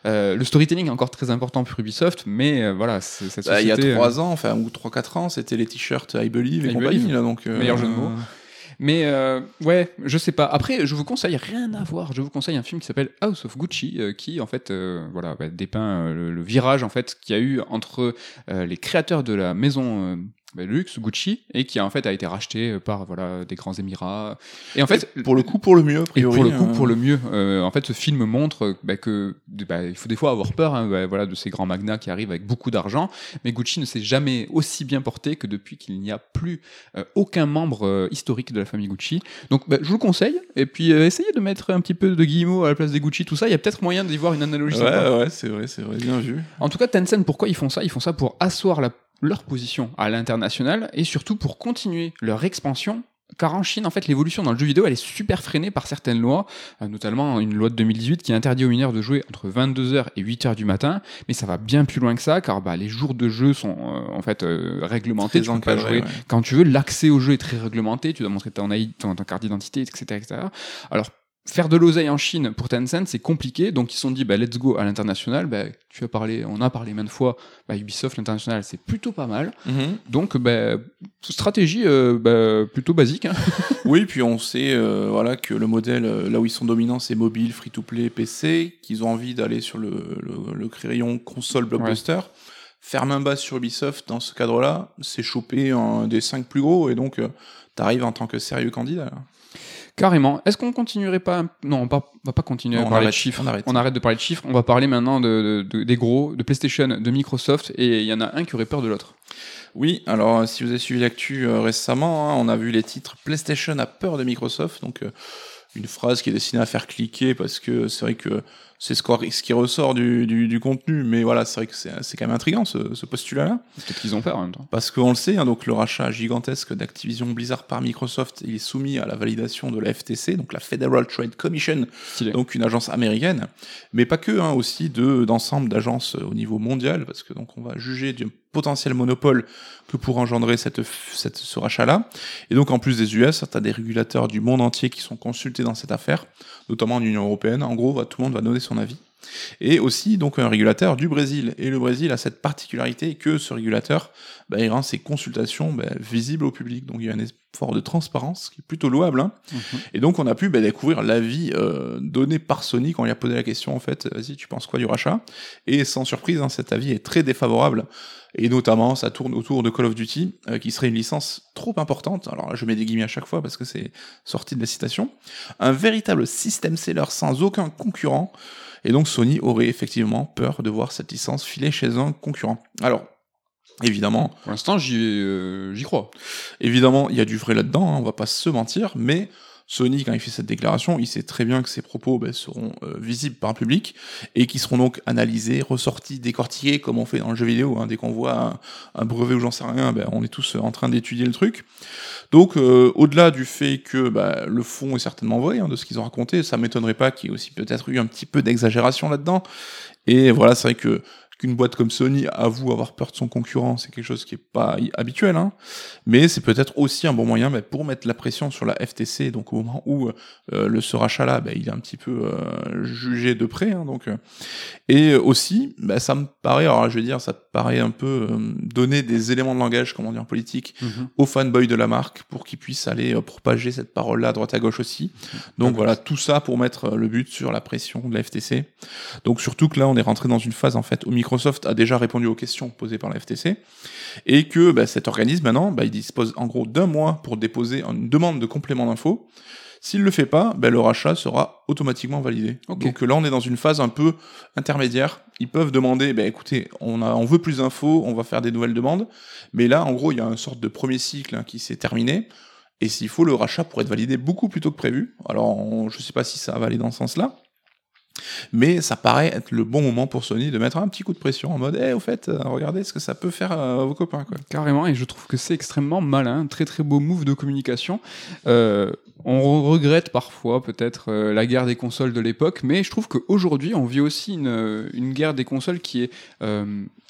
Euh, le storytelling est encore très important pour Ubisoft, mais euh, voilà, c'est, cette Bah, il société... y a trois euh, ans, enfin, ou trois quatre ans, c'était les t-shirts I Believe et I compagnie, Believe. là, donc... euh, Meilleur jeu de mots. Mais euh, ouais, je sais pas. Après, je vous conseille, rien à voir, je vous conseille un film qui s'appelle House of Gucci, euh, qui en fait euh, voilà, bah, dépeint euh, le, le virage en fait qu'il y a eu entre euh, les créateurs de la maison euh, bah, de luxe Gucci et qui en fait a été racheté par voilà des grands émirats. Et en fait, Et pour le coup, pour le mieux, a et priori. pour le coup, euh, pour le mieux, euh, en fait, ce film montre bah, que bah, il faut des fois avoir peur, hein, bah, voilà, de ces grands magnats qui arrivent avec beaucoup d'argent. Mais Gucci ne s'est jamais aussi bien porté que depuis qu'il n'y a plus euh, aucun membre euh, historique de la famille Gucci. Donc, bah, je vous le conseille. Et puis, euh, essayez de mettre un petit peu de guillemets à la place des Gucci, tout ça. Il y a peut-être moyen d'y voir une analogie. sympa. Ouais, ouais, c'est vrai, c'est vrai, bien vu. En tout cas, Tencent, pourquoi ils font ça? Ils font ça pour asseoir la- leur position à l'international et surtout pour continuer leur expansion. Car en Chine, en fait, l'évolution dans le jeu vidéo, elle est super freinée par certaines lois, euh, notamment une loi de deux mille dix-huit qui interdit aux mineurs de jouer entre vingt-deux heures et huit heures du matin. Mais ça va bien plus loin que ça, car bah, les jours de jeu sont euh, en fait euh, réglementés. Très Tu peux pas encadré, jouer ouais. quand tu veux. L'accès au jeu est très réglementé. Tu dois montrer ton, I D, ton, ton carte d'identité, et cetera, et cetera. Alors faire de l'oseille en Chine pour Tencent, c'est compliqué, donc ils se sont dit, bah, let's go à l'international. Bah, tu as parlé, on a parlé maintes fois, bah, Ubisoft, l'international, c'est plutôt pas mal. Mhm. Donc, bah, stratégie euh, bah, plutôt basique. Hein. Oui, puis on sait euh, voilà, que le modèle, euh, là où ils sont dominants, c'est mobile, free-to-play, P C, qu'ils ont envie d'aller sur le, le, le crayon console blockbuster. Faire main basse sur Ubisoft dans ce cadre-là, c'est choper un des cinq plus gros, et donc euh, t'arrives en tant que sérieux candidat. Là. Carrément. Est-ce qu'on continuerait pas... Non, on va pas continuer Non, à on parler arrête, de chiffres. on arrête. On arrête de parler de chiffres. On va parler maintenant de, de- de- des gros, de PlayStation, de Microsoft, et il y en a un qui aurait peur de l'autre. Oui, alors euh, si vous avez suivi l'actu euh, récemment, hein, on a vu les titres PlayStation a peur de Microsoft, donc euh, une phrase qui est destinée à faire cliquer parce que c'est vrai que c'est ce qu'on- ce qui ressort du, du, du contenu, mais voilà, c'est vrai que c'est c'est quand même intriguant ce, ce postulat-là. Peut-être qu'ils ont peur en même temps. Parce qu'on le sait, hein, donc le rachat gigantesque d'Activision Blizzard par Microsoft, il est soumis à la validation de la F T C, donc la Federal Trade Commission, Stylé. donc une agence américaine, mais pas que, hein, aussi de d'ensemble d'agences au niveau mondial, parce que donc on va juger du potentiel monopole que pourrait engendrer cette, cette, ce rachat-là. Et donc en plus des U S, tu as des régulateurs du monde entier qui sont consultés dans cette affaire, notamment en Union européenne. En gros, va, tout le monde va donner son avis. Et aussi donc un régulateur du Brésil. Et le Brésil a cette particularité que ce régulateur, bah, il rend ses consultations bah, visibles au public. Donc il y a un effort de transparence qui est plutôt louable. Hein. Mhm. Et donc on a pu bah, découvrir l'avis euh, donné par Sony quand il a posé la question en fait, vas-y, tu penses quoi du rachat? Et sans surprise, hein, cet avis est très défavorable. Et notamment, ça tourne autour de Call of Duty, euh, qui serait une licence trop importante. Alors là, je mets des guillemets à chaque fois parce que c'est sorti de la citation. Un véritable système seller sans aucun concurrent. Et donc Sony aurait effectivement peur de voir cette licence filer chez un concurrent. Alors, évidemment... Pour l'instant, j'y, euh, j'y crois. Évidemment, il y a du vrai là-dedans, hein, on va pas se mentir, mais Sony, quand il fait cette déclaration, il sait très bien que ses propos ben, seront euh, visibles par le public et qui seront donc analysés, ressortis, décortiqués, comme on fait dans le jeu vidéo. Hein. Dès qu'on voit un, un brevet ou j'en sais rien, ben, on est tous en train d'étudier le truc. Donc, euh, au-delà du fait que ben, le fond est certainement vrai hein, de ce qu'ils ont raconté, ça m'étonnerait pas qu'il y ait aussi peut-être eu un petit peu d'exagération là-dedans. Et voilà, c'est vrai que qu'une boîte comme Sony avoue avoir peur de son concurrent, c'est quelque chose qui est pas habituel, hein. Mais c'est peut-être aussi un bon moyen bah, pour mettre la pression sur la F T C, donc au moment où euh, le ce rachat-là, bah, il est un petit peu euh, jugé de près, hein, donc. Euh, et aussi, bah, ça me paraît, alors je veux dire, ça te paraît un peu euh, donner des éléments de langage, comment dire, en politique, mm-hmm. aux fanboys de la marque, pour qu'ils puissent aller euh, propager cette parole-là à droite à gauche aussi. Donc mm-hmm. voilà, tout ça pour mettre euh, le but sur la pression de la F T C. Donc surtout que là, on est rentré dans une phase en fait où Microsoft a déjà répondu aux questions posées par la F T C et que bah, cet organisme maintenant, bah, il dispose en gros d'un mois pour déposer une demande de complément d'infos. S'il le fait pas, bah, le rachat sera automatiquement validé. Okay. Donc là, on est dans une phase un peu intermédiaire. Ils peuvent demander, bah, écoutez, on, a, on veut plus d'infos, on va faire des nouvelles demandes. Mais là, en gros, il y a une sorte de premier cycle hein, qui s'est terminé. Et s'il faut, le rachat pourrait être validé beaucoup plus tôt que prévu. Alors, on, je sais pas si ça va aller dans ce sens-là. Mais ça paraît être le bon moment pour Sony de mettre un petit coup de pression en mode, eh, hey, au fait, euh, regardez ce que ça peut faire à vos copains, quoi. Carrément, et je trouve que c'est extrêmement malin, très très beau move de communication. Euh, on regrette parfois peut-être euh, la guerre des consoles de l'époque, mais je trouve qu'aujourd'hui, on vit aussi une, une guerre des consoles qui est euh,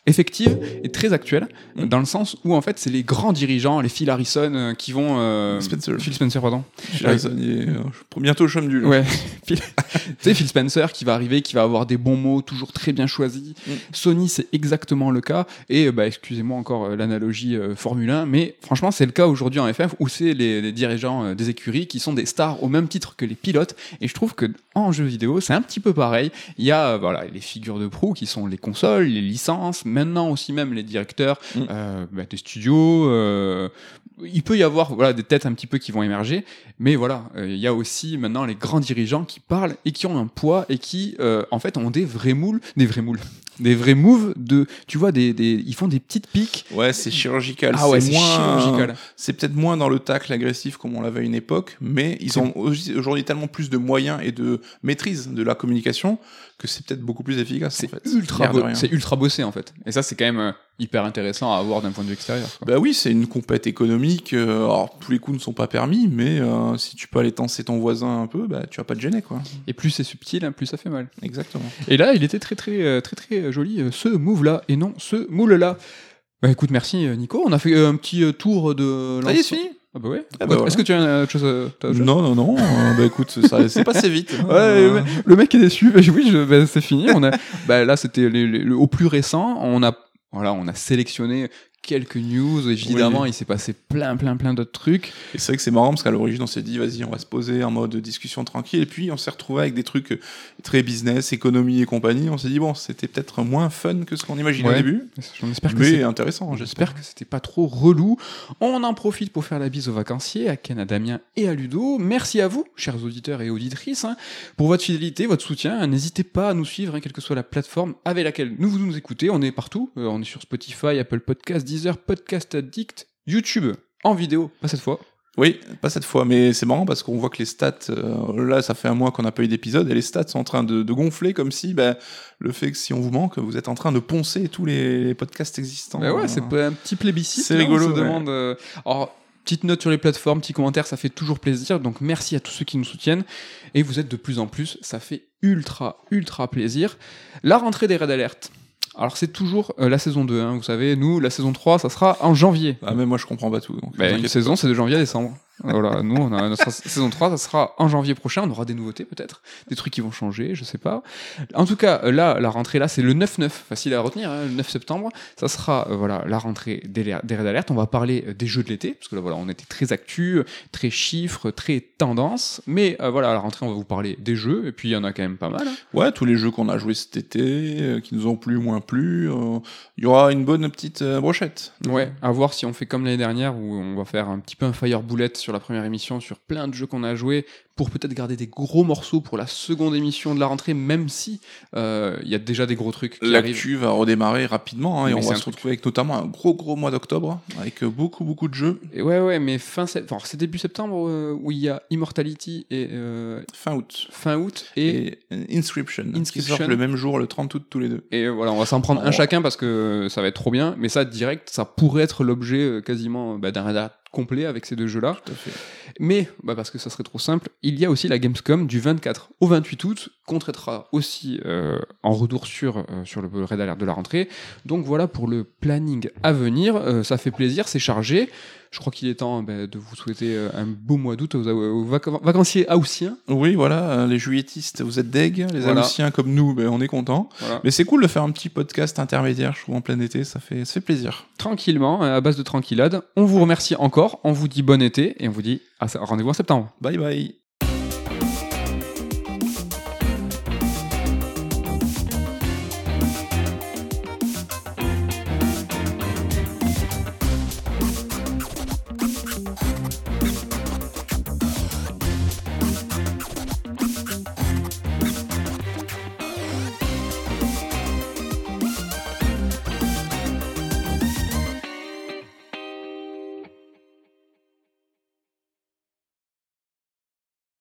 effective et très actuelle, Mm. dans le sens où en fait c'est les grands dirigeants, les Phil Harrison euh, qui vont... euh, Spencer. Phil Spencer, pardon. Phil Harrison, il est, euh, bientôt au chôme du là. Ouais. Phil- tu sais, Phil Spencer qui va arriver, qui va avoir des bons mots, toujours très bien choisis. Mm. Sony, c'est exactement le cas. Et bah, excusez-moi encore euh, l'analogie euh, Formule un, mais franchement, c'est le cas aujourd'hui en F F où c'est les, les dirigeants euh, des écuries qui sont des stars au même titre que les pilotes. Et je trouve que en jeu vidéo, c'est un petit peu pareil. Il y a euh, voilà, les figures de proue qui sont les consoles, les licences, maintenant aussi même les directeurs Mm. euh, bah, des studios. euh, il peut y avoir voilà, des têtes un petit peu qui vont émerger, mais voilà, euh, il y a aussi maintenant les grands dirigeants qui parlent et qui ont un poids et qui, euh, en fait, ont des vrais moules, des vrais moules, des vrais moves de, tu vois, des, des, ils font des petites piques. Ouais, c'est chirurgical. Ah ouais, c'est c'est moins, chirurgical. C'est peut-être moins dans le tacle agressif comme on l'avait à une époque, mais ils C'est- ont aussi- aujourd'hui tellement plus de moyens et de maîtrise de la communication que c'est peut-être beaucoup plus efficace. C'est en fait. ultra, L'air de bo- rien. c'est ultra bossé en fait. Et ça, c'est quand même euh, hyper intéressant à avoir d'un point de vue extérieur. Quoi. Bah oui, c'est une compète économique. euh, alors, tous les coups ne sont pas permis, mais euh, si tu peux aller tenser ton voisin un peu, bah, tu vas pas te gêner, quoi. Et plus c'est subtil, hein, plus ça fait mal. Exactement. Et là, il était très très euh, très très, très joli, euh, ce move-là, et non ce moule-là. Bah écoute, merci euh, Nico. On a fait euh, un petit euh, tour de. Ça y est, c'est fini. Ah bah ouais. Ah bah voilà. Est-ce que tu as euh, autre chose, euh, t'as autre chose Non, non, non. euh, bah écoute, ça c'est passé vite. hein. Ouais, Euh, le, le mec est déçu. Bah, oui, je- bah, c'est fini. On a, bah, là, c'était les- les- le- au plus récent. On a, voilà, on a sélectionné quelques news. Évidemment, Oui. il s'est passé plein, plein, plein d'autres trucs. Et c'est vrai que c'est marrant parce qu'à l'origine, on s'est dit, vas-y, on va se poser en mode discussion tranquille. Et puis, on s'est retrouvé avec des trucs euh, très business, économie et compagnie. On s'est dit, bon, c'était peut-être moins fun que ce qu'on imaginait Ouais. au début. J'en espère que Mais c'est- intéressant, j'espère. J'espère que c'était pas trop relou. On en profite pour faire la bise aux vacanciers, à Ken, à Damien et à Ludo. Merci à vous, chers auditeurs et auditrices, hein, pour votre fidélité, votre soutien. N'hésitez pas à nous suivre, hein, quelle que soit la plateforme avec laquelle nous vous nous écoutez. On est partout. Euh, on est sur Spotify, Apple Podcasts, Deezer, Podcast Addict, YouTube, en vidéo, pas cette fois. Oui, pas cette fois, mais c'est marrant parce qu'on voit que les stats, euh, là, ça fait un mois qu'on n'a pas eu d'épisode et les stats sont en train de, de gonfler comme si ben, le fait que si on vous manque, vous êtes en train de poncer tous les podcasts existants. Mais ouais, Euh, c'est pas un petit plébiscite. c'est là, rigolo, On se ouais. demande. euh, Alors, petite note sur les plateformes, petit commentaire, ça fait toujours plaisir. Donc merci à tous ceux qui nous soutiennent. Et vous êtes de plus en plus, ça fait ultra, ultra plaisir. La rentrée des Red Alert. Alors c'est toujours euh, la saison deux, hein, vous savez, nous, la saison trois, ça sera en janvier. Ah, même moi, je comprends pas tout. Donc, Bah, vous une inquiétez saison, c'est de janvier à décembre. Voilà, nous, on a notre saison trois, ça sera en janvier prochain. On aura des nouveautés, peut-être. Des trucs qui vont changer, je sais pas. En tout cas, euh, là, la rentrée, là, c'est le neuf neuf. Facile à retenir, hein, le neuf septembre. Ça sera, euh, voilà, la rentrée des, des Red Alert. On va parler euh, des jeux de l'été, parce que là, voilà, on était très actu, très chiffres, très tendance. Mais, euh, voilà, à la rentrée, on va vous parler des jeux. Et puis, il y en a quand même pas mal. Hein. Ouais, tous les jeux qu'on a joués cet été, euh, qui nous ont plu, moins plu, euh, il y aura une bonne petite euh, brochette. Ouais, à voir si on fait comme l'année dernière, où on va faire un petit peu un fire bullet sur la première émission, sur plein de jeux qu'on a joués, pour peut-être garder des gros morceaux pour la seconde émission de la rentrée, même si euh, il y a déjà des gros trucs qui arrivent. L'actu va redémarrer rapidement, hein, et Mais on c'est va un se truc. retrouver avec notamment un gros gros mois d'octobre, avec euh, beaucoup beaucoup de jeux. Et ouais, ouais, mais fin septembre, c'est début septembre euh, où il y a Immortality et euh, Fin août. fin août et, Et, euh, Inscription, qui Inscription. sortent le même jour, le trente août tous les deux. et euh, voilà, on va s'en prendre un Oh. chacun parce que ça va être trop bien. Mais ça, direct, ça pourrait être l'objet euh, quasiment bah, d'un radar complet avec ces deux jeux-là. Tout à fait. Mais, bah parce que ça serait trop simple, il y a aussi la Gamescom du vingt-quatre au vingt-huit août, qu'on traitera aussi euh, en retour sur, euh, sur le Red Alert de la rentrée. Donc voilà pour le planning à venir. Euh, ça fait plaisir, c'est chargé. Je crois qu'il est temps bah, de vous souhaiter euh, un beau mois d'août aux, aux vac- vacanciers haussiens. Oui, voilà, euh, les juilletistes, vous êtes deg, les Voilà. Aloussiens comme nous, ben, on est contents. Voilà. Mais c'est cool de faire un petit podcast intermédiaire, je trouve, en plein été, ça fait, ça fait plaisir. Tranquillement, à base de tranquillade. On vous remercie encore, on vous dit bon été et on vous dit à rendez-vous en septembre. Bye bye.